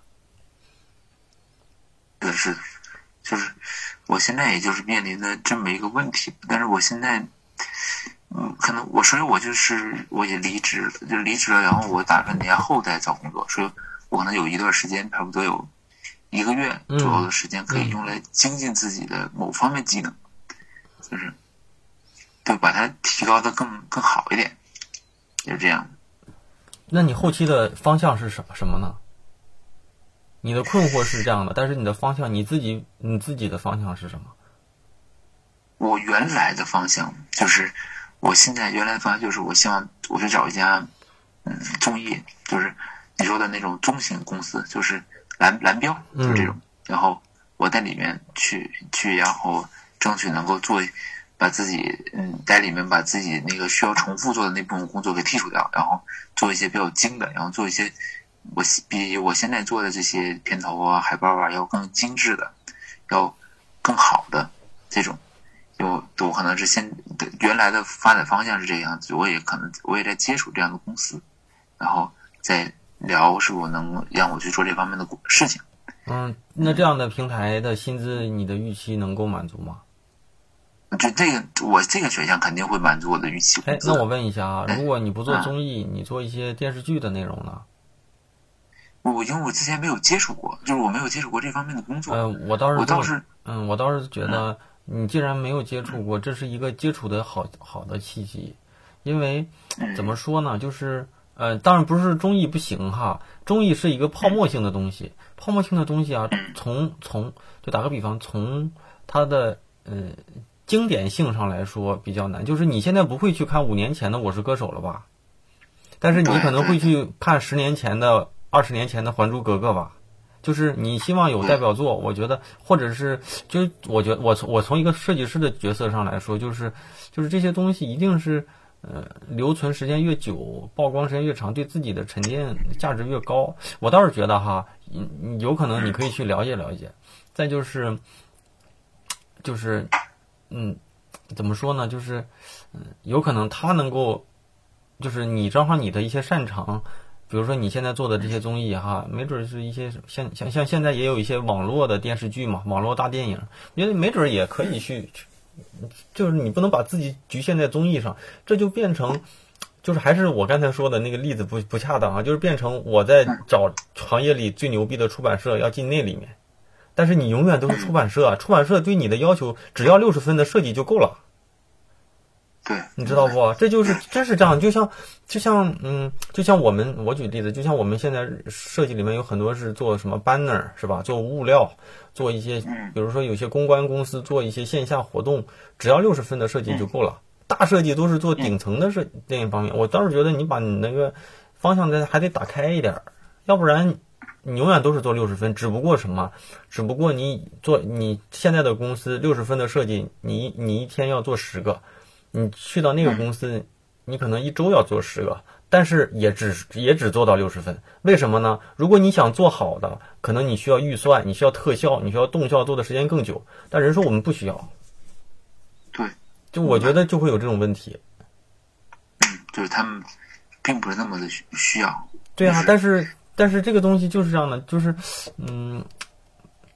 是是，就是我现在也就是面临的这么一个问题，但是我现在。嗯，可能我所以，我就是我也离职了，就离职了，然后我打算年后再找工作，所以我可能有一段时间，差不多有一个月左右的时间，可以用来精进自己的某方面技能，就是对把它提高的更更好一点，就是这样。 那你后期的方向是什么什么呢？你的困惑是这样的，但是你的方向，你自己你自己的方向是什么？ 我原来的方向就是。我现在原来的方向就是，我希望我去找一家，嗯，综艺，就是你说的那种中型公司，就是蓝蓝标，就是这种。嗯、然后我在里面去去，然后争取能够做，把自己嗯在里面把自己那个需要重复做的那部分工作给剔除掉，然后做一些比较精的，然后做一些我比我现在做的这些片头啊、海报啊要更精致的，要更好的这种。有我可能是先原来的发展方向是这个样子，我也可能我也在接触这样的公司，然后再聊是否能让我去做这方面的事情。 嗯，那这样的平台的薪资，你的预期能够满足吗？ 就这个，我这个选项肯定会满足我的预期。 哎，那我问一下啊，如果你不做综艺，嗯、你做一些电视剧的内容呢？ 我因为我之前没有接触过，就是我没有接触过这方面的工作。 呃，我倒是我倒是， 嗯，我倒是觉得。嗯你既然没有接触过，这是一个接触的好好的契机，因为怎么说呢，就是呃，当然不是综艺不行哈，综艺是一个泡沫性的东西，泡沫性的东西啊，从从就打个比方，从它的呃经典性上来说比较难，就是你现在不会去看五年前的《我是歌手》了吧？但是你可能会去看十年前的、二十年前的《还珠格格》吧？就是你希望有代表作，我觉得，或者是，就我觉得我从我从一个设计师的角色上来说，就是就是这些东西一定是，呃，留存时间越久，曝光时间越长，对自己的沉淀价值越高。我倒是觉得哈，有可能你可以去了解了解。再就是，就是，嗯，怎么说呢？就是，嗯，有可能他能够，就是你正好你的一些擅长。比如说你现在做的这些综艺哈，没准是一些像像像现在也有一些网络的电视剧嘛，网络大电影，我觉得没准也可以去，就是你不能把自己局限在综艺上，这就变成，就是还是我刚才说的那个例子不不恰当啊，就是变成我在找行业里最牛逼的出版社要进那里面，但是你永远都是出版社啊，出版社对你的要求只要六十分的设计就够了。 对， 你知道不？这就是真是这样，就像就像嗯，就像我们我举例子，就像我们现在设计里面有很多是做什么 banner 是吧？做物料，做一些，比如说有些公关公司做一些线下活动，只要六十分的设计就够了。大设计都是做顶层的设这一方面，我倒是觉得你把你那个方向再还得打开一点，要不然你永远都是做六十分。只不过什么？只不过你做你现在的公司六十分的设计，你你一天要做十个。你去到那个公司，你可能一周要做十个，但是也只也只做到六十分。为什么呢？如果你想做好的，可能你需要预算，你需要特效，你需要动效做的时间更久。但人说我们不需要， 对， 就我觉得就会有这种问题。 嗯，就是他们并不是那么的需要。 对啊，但是但是这个东西就是这样的，就是嗯，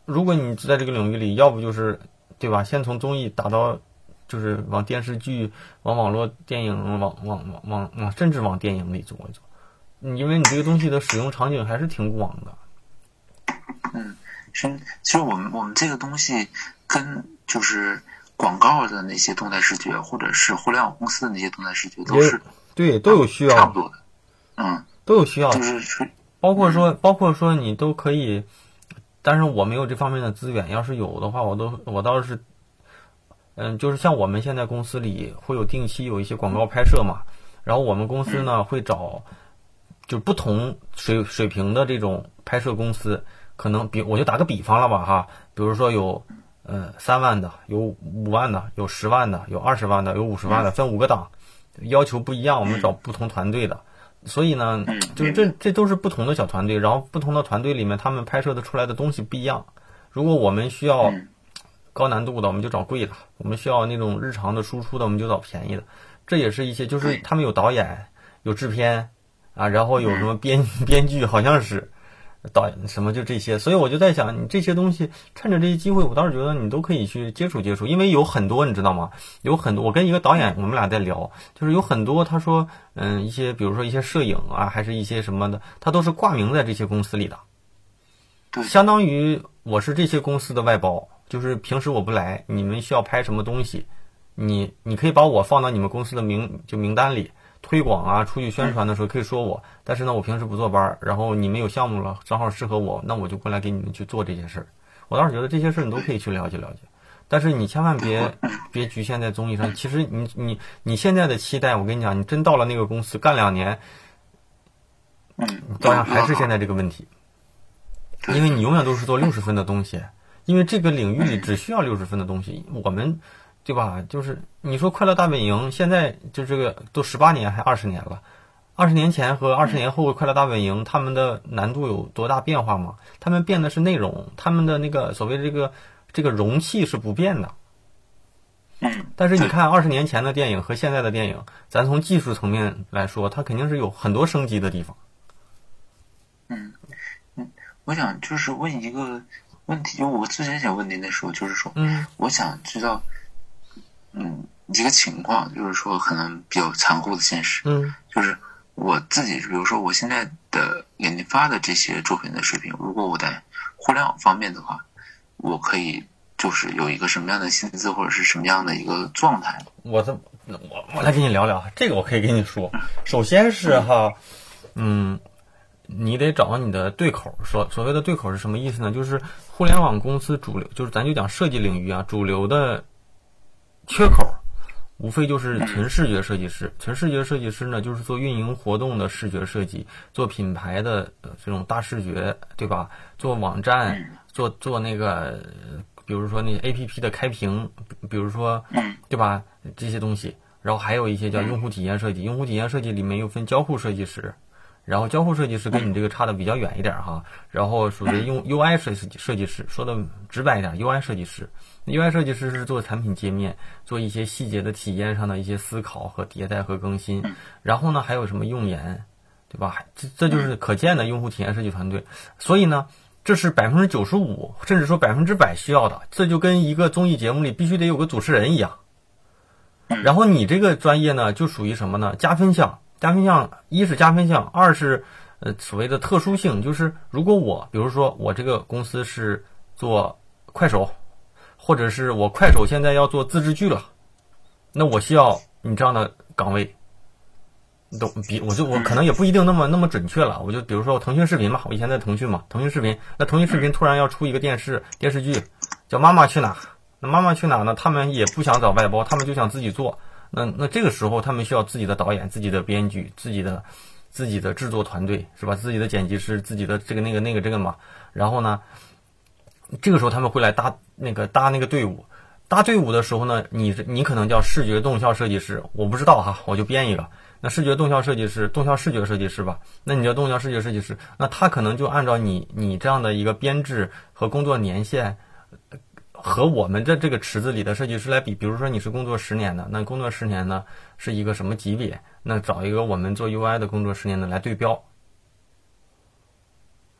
如果你在这个领域里，要不就是对吧？先从综艺打到，就是往电视剧、往网络电影、往往往往往，甚至往电影里走一走。因为你这个东西的使用场景还是挺广的。 嗯，是，其实我们我们这个东西跟就是广告的那些动态视觉，或者是互联网公司的那些动态视觉，都是对都有需要， 差不多的。嗯， 都有需要， 就是包括说，包括说你都可以，但是我没有这方面的资源。要是有的话，我都我倒是，嗯，就是像我们现在公司里会有定期有一些广告拍摄嘛，然后我们公司呢会找就不同水水平的这种拍摄公司，可能比我就打个比方了吧哈，比如说有呃三万的，有五万的，有十万的，有二十万的，有五十万的，分五个档，要求不一样，我们找不同团队的。所以呢，就是这这都是不同的小团队，然后不同的团队里面，他们拍摄的出来的东西不一样。如果我们需要高难度的，我们就找贵的；我们需要那种日常的输出的，我们就找便宜的。这也是一些，就是他们有导演、有制片啊，然后有什么编编剧，好像是导演什么就这些。所以我就在想，你这些东西趁着这些机会，我倒是觉得你都可以去接触接触，因为有很多你知道吗？有很多，我跟一个导演我们俩在聊，就是有很多他说，嗯，一些比如说一些摄影啊，还是一些什么的，他都是挂名在这些公司里的， 对， 相当于我是这些公司的外包，就是平时我不来，你们需要拍什么东西，你你可以把我放到你们公司的名就名单里。推广啊，出去宣传的时候可以说我，但是呢，我平时不坐班，然后你们有项目了，正好适合我，那我就过来给你们去做这些事儿。我倒是觉得这些事儿你都可以去了解了解，但是你千万别别局限在综艺上。其实你你你现在的期待，我跟你讲，你真到了那个公司干两年， 嗯， 照样还是现在这个问题，因为你永远都是做六十分的东西，因为这个领域里只需要六十分的东西，我们。对吧？就是你说《快乐大本营》，现在就这个都十八年还二十年了，二十年前和二十年后《快乐大本营》他们的难度有多大变化吗？他们变的是内容，他们的那个所谓这个这个容器是不变的。 嗯， 但是你看二十年前的电影和现在的电影，咱从技术层面来说，它肯定是有很多升级的地方。 嗯嗯，我想就是问一个问题，就我之前想问您的时候，就是说， 嗯， 我想知道。嗯，一个情况就是说，可能比较残酷的现实， 嗯， 就是我自己，比如说我现在的给您发的这些作品的水平，如果我在互联网方面的话，我可以就是有一个什么样的薪资或者是什么样的一个状态？ 我这我我来跟你聊聊这个，我可以跟你说，首先是哈，嗯，你得找你的对口。所所谓的对口是什么意思呢？就是互联网公司主流，就是咱就讲设计领域啊，主流的。缺口无非就是纯视觉设计师，纯视觉设计师呢，就是做运营活动的视觉设计，做品牌的这种大视觉，对吧？做网站，做做那个，比如说那 A P P 的开屏，比如说，对吧？这些东西，然后还有一些叫用户体验设计，用户体验设计里面又分交互设计师。然后交互设计师跟你这个差的比较远一点哈，然后属于用 U I 设计设计师，说的直白一点 ，U I 设计师 ，U I 设计师是做产品界面，做一些细节的体验上的一些思考和迭代和更新。然后呢，还有什么用研，对吧？这这就是可见的用户体验设计团队。所以呢，这是百分之九十五，甚至说百分之百需要的。这就跟一个综艺节目里必须得有个主持人一样。然后你这个专业呢，就属于什么呢？加分项。加分项一是加分项，二是呃所谓的特殊性，就是如果我比如说我这个公司是做快手，或者是我快手现在要做自制剧了，那我需要你这样的岗位，都比我就我可能也不一定那么那么准确了，我就比如说我腾讯视频嘛，我以前在腾讯嘛，腾讯视频，那腾讯视频突然要出一个电视电视剧叫《妈妈去哪》，那《妈妈去哪》呢，他们也不想找外包，他们就想自己做。那那这个时候，他们需要自己的导演、自己的编剧、自己的自己的制作团队，是吧？自己的剪辑师、自己的这个那个那个这个嘛。然后呢，这个时候他们会来搭那个搭那个队伍。搭队伍的时候呢，你你可能叫视觉动效设计师，我不知道哈，我就编一个。那视觉动效设计师、动效视觉设计师吧，那你叫动效视觉设计师，那他可能就按照你你这样的一个编制和工作年限。和我们的这个池子里的设计师来比，比如说你是工作十年的，那工作十年呢是一个什么级别？那找一个我们做 U I 的工作十年的来对标。 嗯，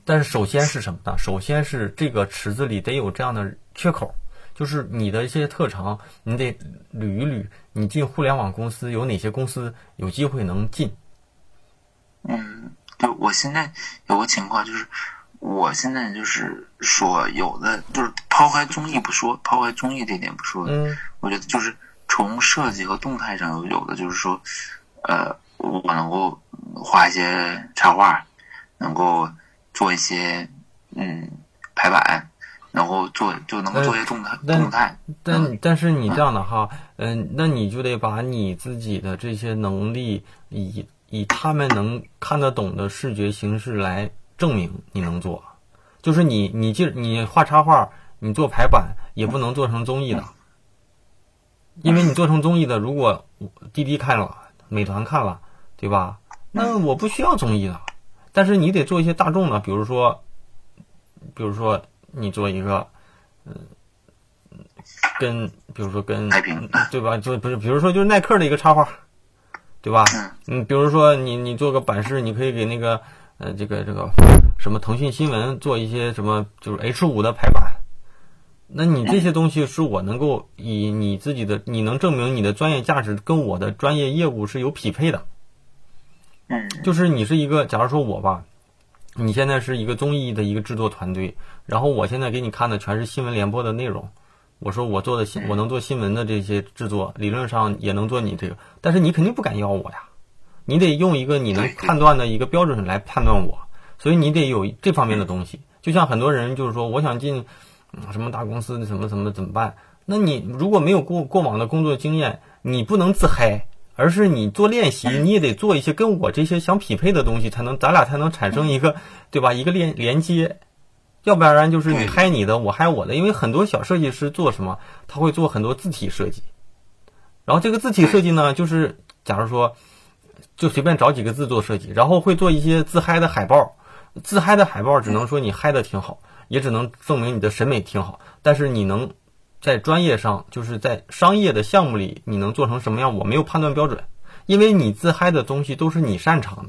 但是首先是什么呢？首先是这个池子里得有这样的缺口，就是你的一些特长，你得捋一捋，你进互联网公司有哪些公司有机会能进？ 嗯，就我现在有个情况就是，我现在就是说有的就是抛开综艺不说，抛开综艺这点不说， 嗯， 我觉得就是从设计和动态上有有的就是说，呃，我能够画一些插画，能够做一些嗯排版，能够做就能够做一些动态、 呃、 动态。 但、嗯、但是你这样的哈，嗯、呃，那你就得把你自己的这些能力以以他们能看得懂的视觉形式来证明你能做。就是你你记你画插画，你做排版也不能做成综艺的，因为你做成综艺的，如果滴滴看了，美团看了，对吧？那我不需要综艺了。但是你得做一些大众的，比如说，比如说你做一个，嗯、呃，跟比如说跟对吧？就不是，比如说就是耐克的一个插画，对吧？嗯，比如说你你做个版式，你可以给那个呃这个这个什么腾讯新闻做一些什么就是 H 五 的排版。那你这些东西是我能够以你自己的，你能证明你的专业价值跟我的专业业务是有匹配的。 嗯， 就是你是一个，假如说我吧，你现在是一个综艺的一个制作团队，然后我现在给你看的全是新闻联播的内容。我说我做的新，我能做新闻的这些制作，理论上也能做你这个，但是你肯定不敢要我呀，你得用一个你能判断的一个标准来判断我，所以你得有这方面的东西。就像很多人就是说，我想进什么大公司，什么什么怎么办？那你如果没有过过往的工作经验，你不能自嗨。而是你做练习，你也得做一些跟我这些相匹配的东西，才能咱俩才能产生一个，对吧？一个连连接，要不然就是你嗨你的，我嗨我的。因为很多小设计师做什么，他会做很多字体设计，然后这个字体设计呢，就是假如说，就随便找几个字做设计，然后会做一些自嗨的海报，自嗨的海报只能说你嗨的挺好，也只能证明你的审美挺好，但是你能。在专业上，就是在商业的项目里，你能做成什么样，我没有判断标准，因为你自嗨的东西都是你擅长的，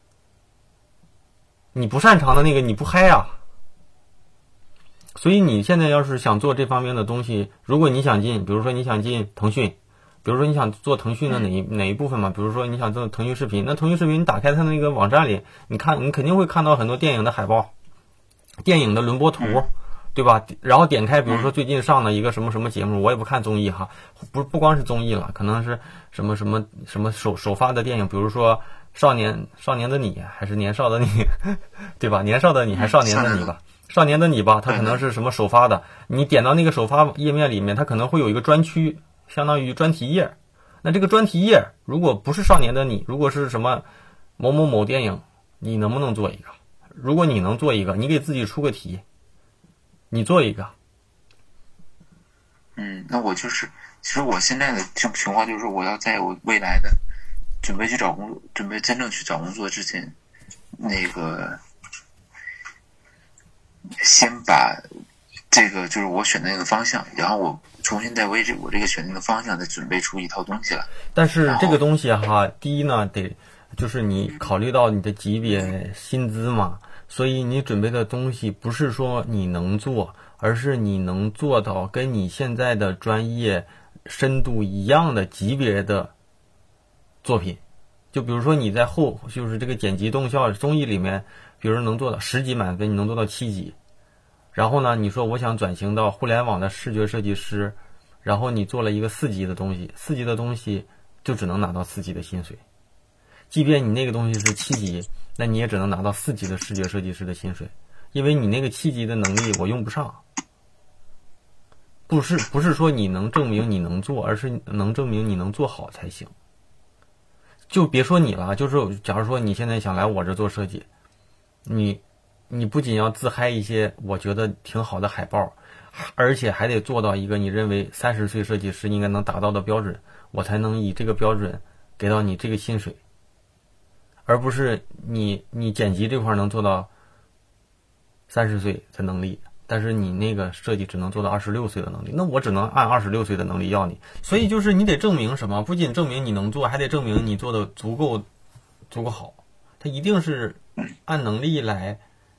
你不擅长的那个你不嗨啊。所以你现在要是想做这方面的东西，如果你想进，比如说你想进腾讯，比如说你想做腾讯的哪一哪一部分嘛，比如说你想做腾讯视频，那腾讯视频你打开它那个网站里，你看你肯定会看到很多电影的海报，电影的轮播图。对吧？然后点开，比如说最近上的一个什么什么节目，我也不看综艺哈，不不光是综艺了，可能是什么什么什么首首发的电影，比如说《少年少年的你》还是《年少的你》，对吧？年少的你还是少年的你吧？少年的你吧，它可能是什么首发的？你点到那个首发页面里面，它可能会有一个专区，相当于专题页。那这个专题页如果不是少年的你，如果是什么某某某电影，你能不能做一个？如果你能做一个，你给自己出个题。你做一个， 嗯，那我就是，其实我现在的情情况就是，我要在我未来的准备去找工作，准备真正去找工作之前，那个先把这个就是我选的那个方向，然后我重新再为这我这个选定的方向再准备出一套东西来。 但是这个东西哈，第一呢，得就是你考虑到你的级别、薪资嘛。所以你准备的东西不是说你能做，而是你能做到跟你现在的专业深度一样的级别的作品。就比如说你在后就是这个剪辑动效综艺里面，比如能做到十级满分，你能做到七级。然后呢，你说我想转型到互联网的视觉设计师，然后你做了一个四级的东西，四级的东西就只能拿到四级的薪水。即便你那个东西是七级，那你也只能拿到四级的视觉设计师的薪水，因为你那个七级的能力我用不上。不是不是说你能证明你能做，而是能证明你能做好才行。就别说你了，就是假如说你现在想来我这做设计，你你不仅要自嗨一些我觉得挺好的海报，而且还得做到一个你认为三十岁设计师应该能达到的标准，我才能以这个标准给到你这个薪水。而不是你你剪辑这块能做到三十岁的能力，但是你那个设计只能做到二十六岁的能力，那我只能按二十六岁的能力要你。所以就是你得证明什么？不仅证明你能做，还得证明你做的足够足够好。它一定是按能力来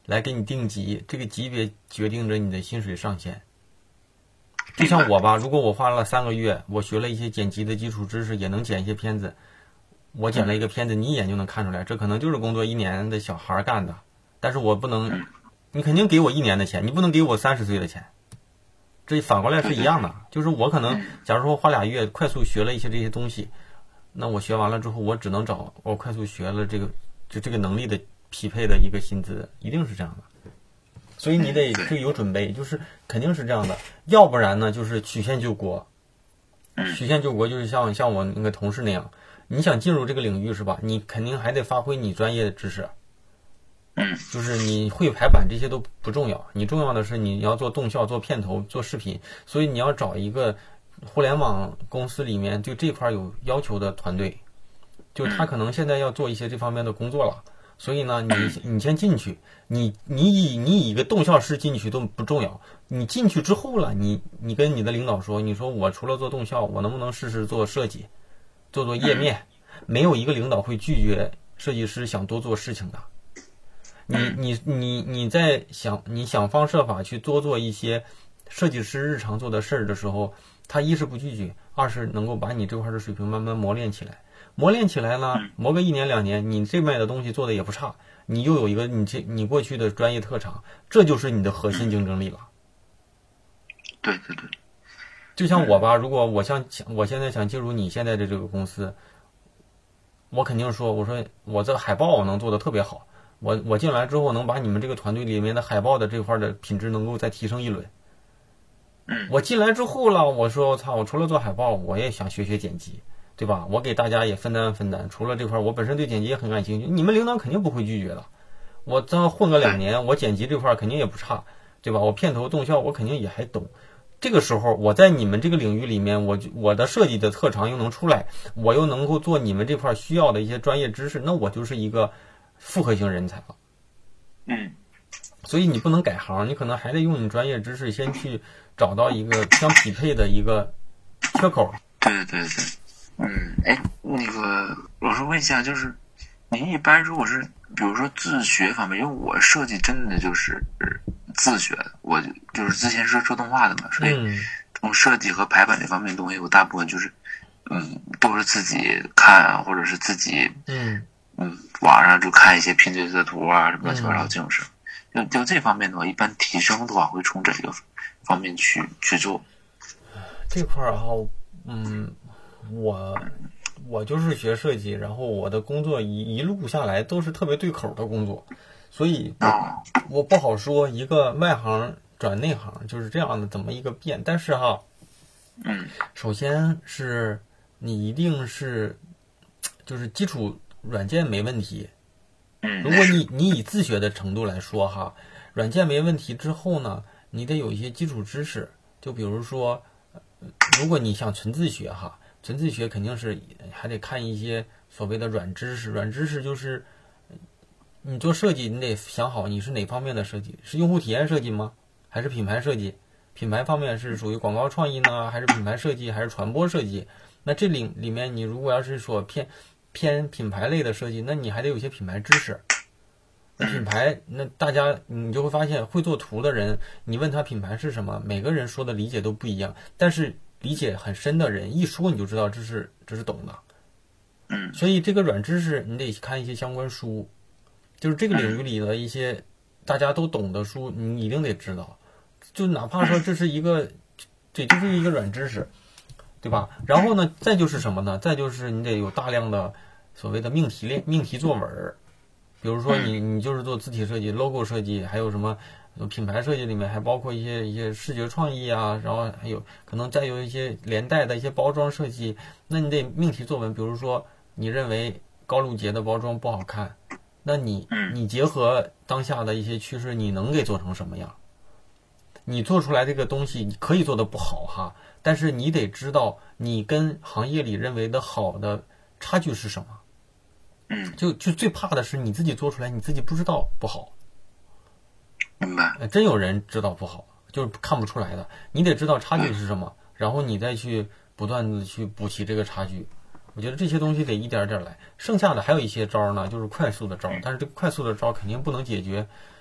来给你定级，这个级别决定着你的薪水上限。就像我吧，如果我花了三个月，我学了一些剪辑的基础知识，也能剪一些片子，我剪了一个片子，你一眼就能看出来，这可能就是工作一年的小孩干的，但是我不能，你肯定给我一年的钱，你不能给我三十岁的钱。这反过来是一样的，就是我可能假如说花俩月快速学了一些这些东西，那我学完了之后，我只能找我快速学了这个就这个能力的匹配的一个薪资，一定是这样的。所以你得就有准备，就是肯定是这样的，要不然呢就是曲线救国。曲线救国就是像像我那个同事那样，你想进入这个领域是吧？你肯定还得发挥你专业的知识。 嗯， 就是你会排版这些都不重要，你重要的是你要做动效、做片头、做视频，所以你要找一个互联网公司里面对这块有要求的团队，就他可能现在要做一些这方面的工作了，所以呢，你你先进去，你你以你以一个动效师进去都不重要，你进去之后了，你你跟你的领导说，你说我除了做动效，我能不能试试做设计，做做页面？没有一个领导会拒绝设计师想多做事情的。你你你你在想你想方设法去多做一些设计师日常做的事儿的时候，他一是不拒绝，二是能够把你这块的水平慢慢磨练起来。磨练起来呢，磨个一年两年，你这边的东西做的也不差，你又有一个你这你过去的专业特长，这就是你的核心竞争力了。 对对对， 就像我吧，如果我想我现在想进入你现在的这个公司，我肯定说，我说我这个海报我能做的特别好。我我进来之后能把你们这个团队里面的海报的这块的品质能够再提升一轮。 嗯， 我进来之后了，我说我操，我除了做海报，我也想学学剪辑，对吧？我给大家也分担分担。除了这块，我本身对剪辑也很感兴趣，你们领导肯定不会拒绝的。我这混个两年，我剪辑这块肯定也不差，对吧？我片头动效我肯定也还懂。这个时候我在你们这个领域里面，我我的设计的特长又能出来，我又能够做你们这块需要的一些专业知识，那我就是一个复合型人才了。 嗯， 所以你不能改行，你可能还得用你专业知识先去找到一个相匹配的一个缺口。 对对对，嗯，哎，那个老师问一下，就是您一般如果是比如说自学方面，因为我设计真的就是自学的，我就是之前是做动画的嘛，所以从设计和排版这方面东西，我大部分就是嗯都是自己看，或者是自己嗯。 嗯，网上就看一些拼对色图啊，什么乱七八糟这种事。就就这方面的话，一般提升的话，会从这个方面去去做。 这块儿哈，嗯，我我就是学设计，然后我的工作一一路下来都是特别对口的工作，所以我我不好说一个外行转内行就是这样的怎么一个变。但是哈， 嗯， 首先是你一定是就是基础软件没问题， 嗯， 如果你你以自学的程度来说哈，软件没问题之后呢，你得有一些基础知识，就比如说，如果你想纯自学哈，纯自学肯定是还得看一些所谓的软知识，软知识就是你做设计，你得想好你是哪方面的设计，是用户体验设计吗？还是品牌设计？品牌方面是属于广告创意呢，还是品牌设计，还是传播设计？那这里里面你如果要是说偏偏品牌类的设计，那你还得有一些品牌知识。那品牌，那大家你就会发现，会做图的人，你问他品牌是什么，每个人说的理解都不一样。但是理解很深的人一说，你就知道这是这是懂的。 嗯， 所以这个软知识你得看一些相关书，就是这个领域里的一些大家都懂的书，你一定得知道。就哪怕说这是一个，这就是一个软知识。对吧？然后呢，再就是什么呢？再就是你得有大量的所谓的命题练命题作文，比如说你你就是做字体设计、logo 设计，还有什么品牌设计里面还包括一些一些视觉创意啊，然后还有可能再有一些连带的一些包装设计。那你得命题作文，比如说你认为高露洁的包装不好看，那你你结合当下的一些趋势，你能给做成什么样？你做出来这个东西，你可以做的不好哈。但是你得知道你跟行业里认为的好的差距是什么。 嗯， 就就最怕的是你自己做出来，你自己不知道不好。 明白。 真有人知道不好，就是看不出来的。你得知道差距是什么，然后你再去不断的去补齐这个差距。我觉得这些东西得一点点来。剩下的还有一些招呢，就是快速的招，但是这个快速的招肯定不能解决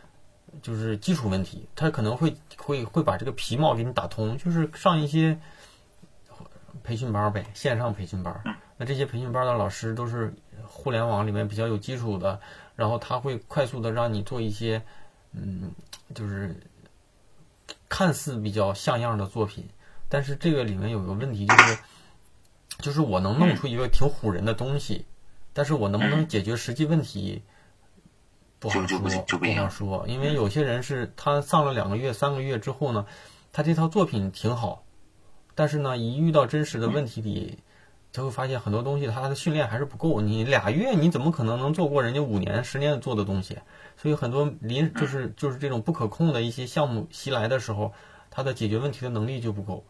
就是基础问题，他可能会会会把这个皮毛给你打通，就是上一些培训班呗，线上培训班。那这些培训班的老师都是互联网里面比较有基础的，然后他会快速的让你做一些，嗯，就是看似比较像样的作品，但是这个里面有个问题就是，就是我能弄出一个挺唬人的东西，但是我能不能解决实际问题？不好说，不好说，因为有些人是他上了两个月、三个月之后呢，他这套作品挺好，但是呢，一遇到真实的问题里，他会发现很多东西他的训练还是不够。你俩月你怎么可能能做过人家五年、十年做的东西？所以很多临就是就是这种不可控的一些项目袭来的时候，他的解决问题的能力就不够。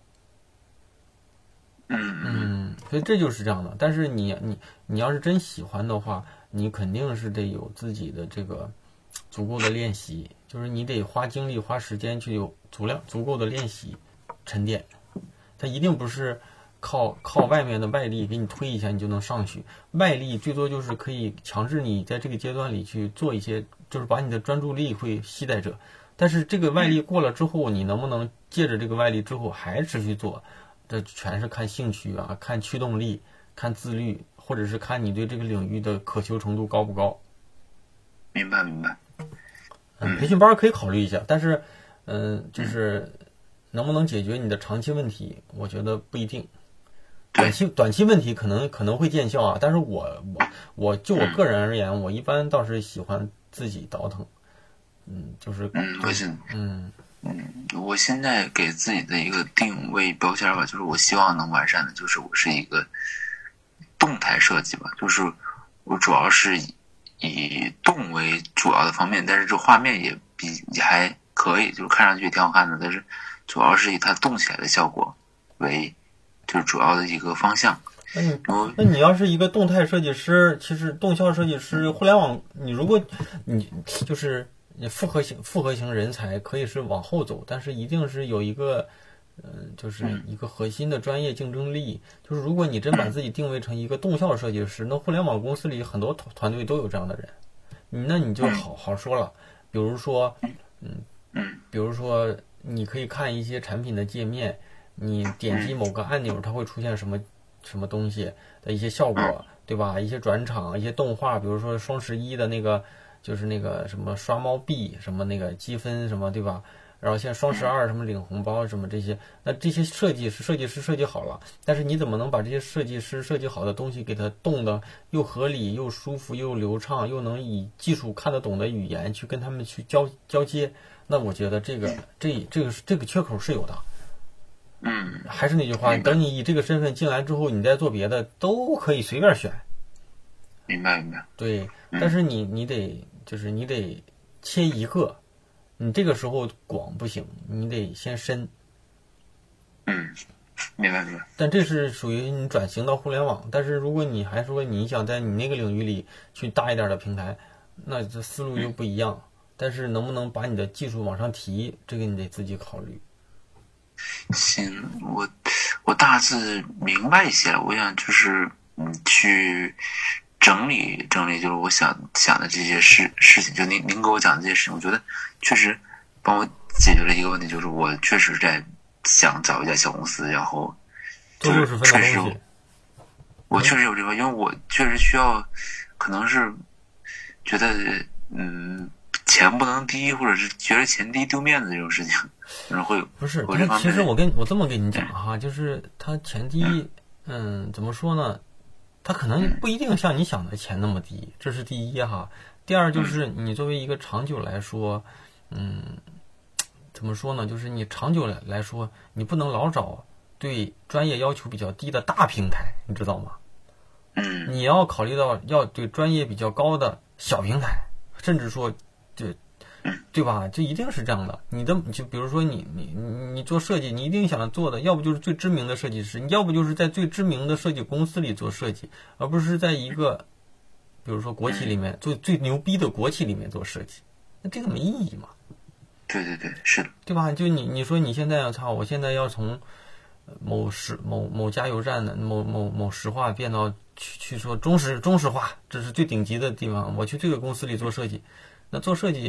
嗯，所以这就是这样的。但是你你你要是真喜欢的话，你肯定是得有自己的这个足够的练习，就是你得花精力花时间去有足量足够的练习沉淀。它一定不是靠靠外面的外力给你推一下你就能上去，外力最多就是可以强制你在这个阶段里去做一些，就是把你的专注力会吸在这。但是这个外力过了之后，你能不能借着这个外力之后还持续做？这全是看兴趣啊，看驱动力，看自律，或者是看你对这个领域的渴求程度高不高。 明白明白。 嗯，培训班可以考虑一下，但是，嗯、呃，就是能不能解决你的长期问题，我觉得不一定。短期短期问题可能可能会见效啊，但是我我我就我个人而言，我一般倒是喜欢自己倒腾。嗯，就是嗯，我是嗯。 嗯，我现在给自己的一个定位标签吧，就是我希望能完善的，就是我是一个动态设计吧，就是我主要是以以动为主要的方面，但是这画面也比也还可以，就是看上去也挺好看的，但是主要是以它动起来的效果为就是主要的一个方向。 那你那你要是一个动态设计师，其实动效设计师，互联网，你如果你就是。你复合型复合型人才可以是往后走，但是一定是有一个，嗯、呃，就是一个核心的专业竞争力。就是如果你真把自己定位成一个动效设计师，那互联网公司里很多团队都有这样的人，你那你就好好说了。比如说，嗯嗯，比如说你可以看一些产品的界面，你点击某个按钮，它会出现什么什么东西的一些效果，对吧？一些转场，一些动画，比如说双十一的那个。就是那个什么刷猫币，什么那个积分什么，对吧？然后像双十二什么领红包什么这些，那这些设计是设计师设计好了，但是你怎么能把这些设计师设计好的东西给它动的又合理又舒服又流畅，又能以技术看得懂的语言去跟他们去交交接？那我觉得这个这这个这个缺口是有的。 嗯， 还是那句话，等你以这个身份进来之后，你再做别的都可以随便选。 明白明白。 对，但是你你得。就是你得切一个，你这个时候广不行，你得先深。 嗯，明白明白。 但这是属于你转型到互联网，但是如果你还说你想在你那个领域里去大一点的平台，那这思路又不一样。嗯、但是能不能把你的技术往上提，这个你得自己考虑。 行，我我大致明白一些了。我想就是嗯去。整理整理，就是我想想的这些事事情，就您您给我讲的这些事情，我觉得确实帮我解决了一个问题，就是我确实在想找一家小公司，然后就是确实有，我确实有这个，因为我确实需要，可能是觉得嗯钱不能低，或者是觉得钱低丢面子这种事情，然后会有不是？其实我跟我这么跟你讲哈，就是他钱低，嗯，怎么说呢？它可能不一定像你想的钱那么低，这是第一哈。第二就是你作为一个长久来说，嗯，怎么说呢？就是你长久来来说，你不能老找对专业要求比较低的大平台，你知道吗？ 嗯， 你要考虑到要对专业比较高的小平台，甚至说就。对吧？就一定是这样的。你的就比如说你你你你做设计，你一定想做的，要不就是最知名的设计师，你要不就是在最知名的设计公司里做设计，而不是在一个比如说国企里面最最牛逼的国企里面做设计，那这个没意义嘛。 对对对，是的， 对吧？就你你说你现在要操，我现在要从某石某某加油站的某某某石化变到去去说中石中石化，这是最顶级的地方，我去这个公司里做设计，那做设计。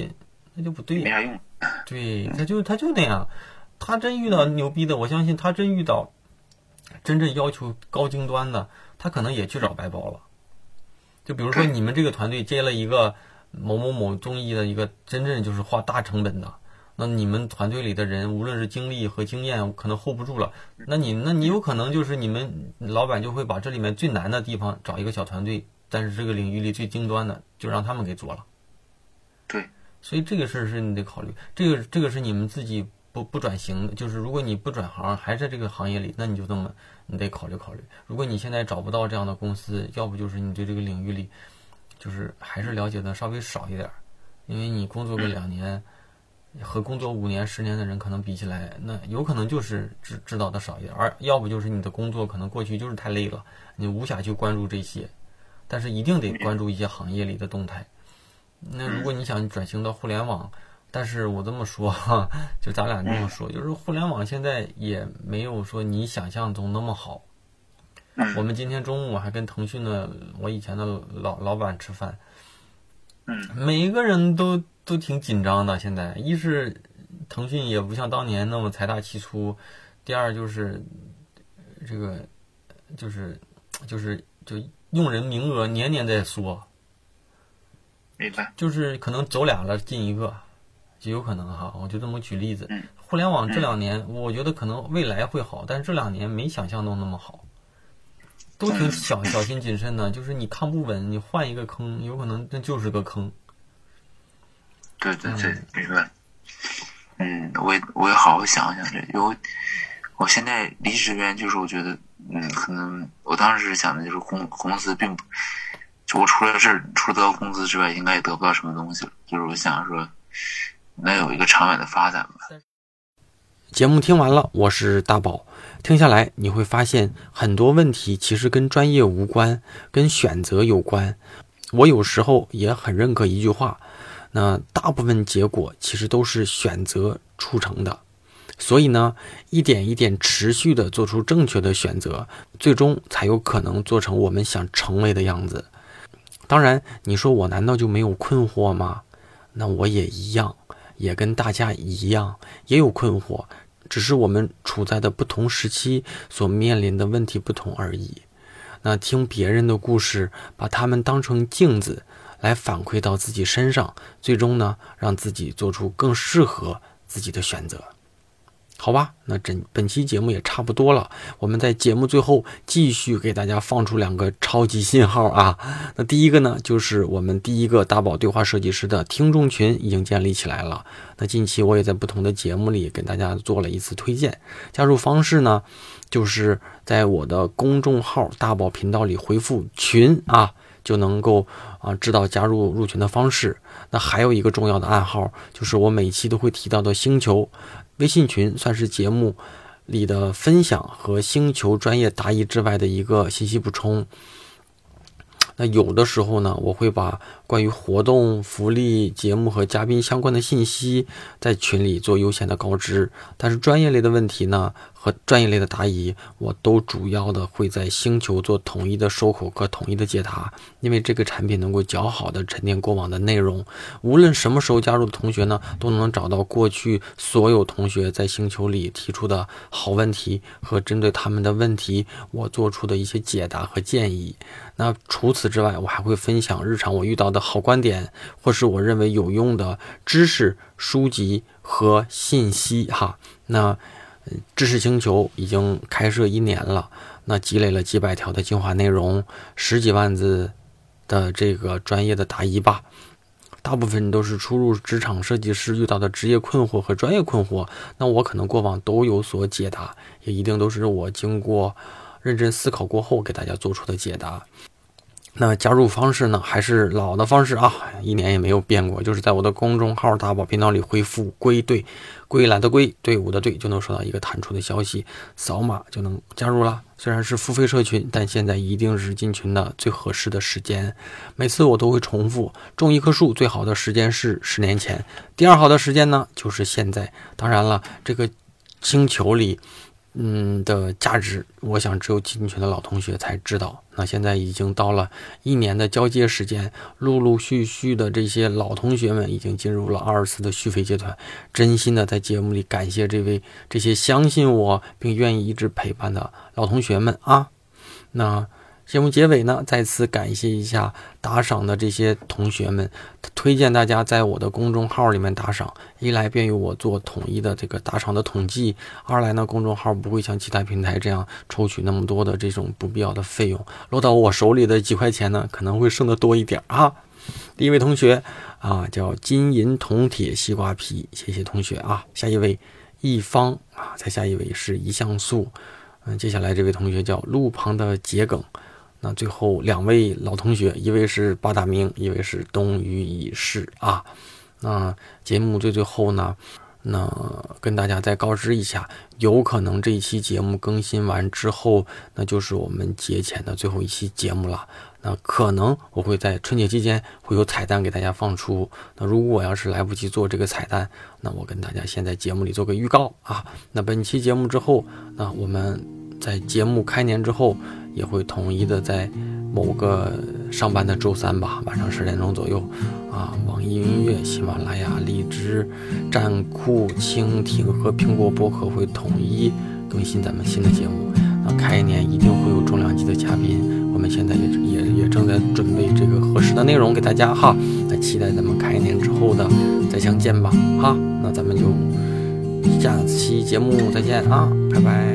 那就不对， 没啥用。 对，他就他就那样，他真遇到牛逼的，我相信他真遇到真正要求高精端的，他可能也去找白包了。就比如说你们这个团队接了一个某某某综艺的一个真正就是花大成本的，那你们团队里的人无论是精力和经验可能 hold 不住了，那你那你有可能就是你们老板就会把这里面最难的地方找一个小团队，但是这个领域里最精端的就让他们给做了。 对， 所以这个事儿是你得考虑，这个这个是你们自己不不转型的，就是如果你不转行还在这个行业里，那你就这么你得考虑考虑。如果你现在找不到这样的公司，要不就是你对这个领域里就是还是了解的稍微少一点，因为你工作个两年和工作五年十年的人可能比起来，那有可能就是知知道的少一点，而要不就是你的工作可能过去就是太累了，你无暇去关注这些，但是一定得关注一些行业里的动态。那如果你想转型到互联网，但是我这么说哈，就咱俩这么说，就是互联网现在也没有说你想象中那么好。我们今天中午还跟腾讯的我以前的老老板吃饭，每一个人都都挺紧张的。现在一是腾讯也不像当年那么财大气粗，第二就是这个就是就是就用人名额年年在缩。 明白， 就是可能走俩了进一个，就有可能哈。我就这么举例子， 嗯、 互联网这两年、嗯，我觉得可能未来会好，但是这两年没想象中那么好，都挺小小心谨慎的。就是你看不稳，你换一个坑，有可能那就是个坑。 对对对，嗯、明白。嗯，我也我也好好想想这，有我现在离职这边就是我觉得，嗯，可能我当时想的就是公公司并不。我除了这除了得到工资之外，应该也得不到什么东西了。就是我想说，能有一个长远的发展吧。 节目听完了，我是大宝。听下来你会发现，很多问题其实跟专业无关，跟选择有关。我有时候也很认可一句话，那大部分结果其实都是选择促成的。所以呢，一点一点持续的做出正确的选择，最终才有可能做成我们想成为的样子。当然，你说我难道就没有困惑吗？那我也一样，也跟大家一样，也有困惑，只是我们处在的不同时期所面临的问题不同而已。那听别人的故事，把他们当成镜子来反馈到自己身上，最终呢，让自己做出更适合自己的选择。好吧，那整本期节目也差不多了，我们在节目最后继续给大家放出两个超级信号啊。那第一个呢，就是我们第一个大宝对话设计师的听众群已经建立起来了。那近期我也在不同的节目里给大家做了一次推荐，加入方式呢，就是在我的公众号大宝频道里回复群啊，就能够啊知道加入入群的方式。那还有一个重要的暗号，就是我每期都会提到的星球微信群，算是节目里的分享和星球专业答疑之外的一个信息补充。那有的时候呢，我会把关于活动、福利、节目和嘉宾相关的信息在群里做优先的告知，但是专业类的问题呢和专业类的答疑，我都主要的会在星球做统一的收口和统一的解答，因为这个产品能够较好的沉淀过往的内容，无论什么时候加入的同学呢，都能找到过去所有同学在星球里提出的好问题和针对他们的问题我做出的一些解答和建议。那除此之外，我还会分享日常我遇到的好观点，或是我认为有用的知识、书籍和信息哈。那知识星球已经开设一年了，那积累了几百条的精华内容，十几万字的这个专业的答疑吧，大部分都是初入职场设计师遇到的职业困惑和专业困惑，那我可能过往都有所解答，也一定都是我经过认真思考过后给大家做出的解答。那加入方式呢，还是老的方式啊，一年也没有变过，就是在我的公众号大宝频道里回复归队，归来的归，队伍的队，就能收到一个弹出的消息，扫码就能加入了。虽然是付费社群，但现在一定是进群的最合适的时间。每次我都会重复，种一棵树最好的时间是十年前，第二好的时间呢就是现在。当然了，这个星球里嗯的价值，我想只有进群的老同学才知道。那现在已经到了一年的交接时间，陆陆续续的这些老同学们已经进入了二次的续费阶段。真心的在节目里感谢这位这些相信我并愿意一直陪伴的老同学们啊。那节目结尾呢，再次感谢一下打赏的这些同学们，推荐大家在我的公众号里面打赏，一来便于我做统一的这个打赏的统计，二来呢公众号不会像其他平台这样抽取那么多的这种不必要的费用，落到我手里的几块钱呢可能会剩得多一点啊。第一位同学啊叫金银铜铁西瓜皮，谢谢同学啊。下一位一方啊，再下一位是一像素，嗯，接下来这位同学叫路旁的桔梗。那最后两位老同学，一位是八大明，一位是东隅已逝啊。那节目最最后呢，那跟大家再告知一下，有可能这一期节目更新完之后，那就是我们节前的最后一期节目了。那可能我会在春节期间会有彩蛋给大家放出。那如果我要是来不及做这个彩蛋，那我跟大家先在节目里做个预告啊。那本期节目之后，那我们在节目开年之后，也会统一的在某个上班的周三吧，晚上十点钟左右啊，网易音乐、喜马拉雅、荔枝、站酷、蜻蜓和苹果播客会统一更新咱们新的节目。那开年一定会有重量级的嘉宾，我们现在也也也正在准备这个合适的内容给大家哈。那期待咱们开年之后的再相见吧哈。那咱们就下期节目再见啊，拜拜。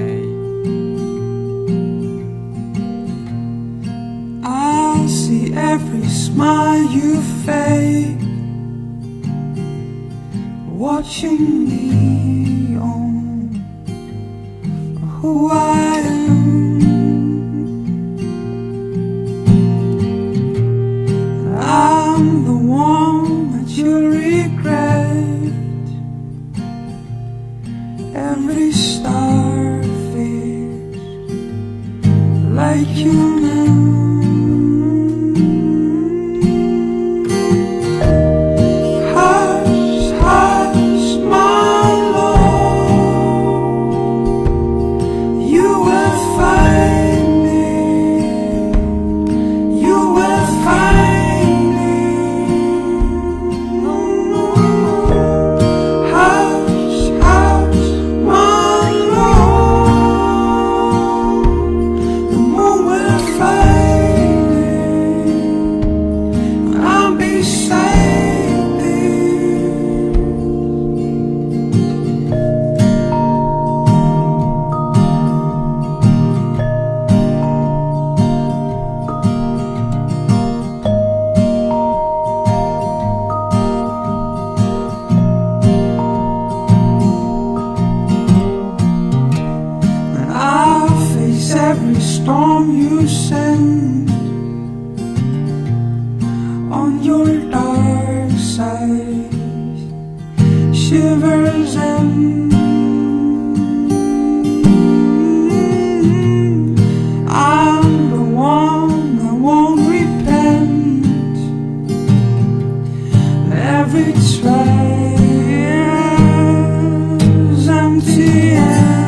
I see every smile you fake, watching me on who I am. I'm the one that you regret. Every star fades like you know. Every storm you send on your dark side shivers and I'm the one that won't repent. Every trial's empty end.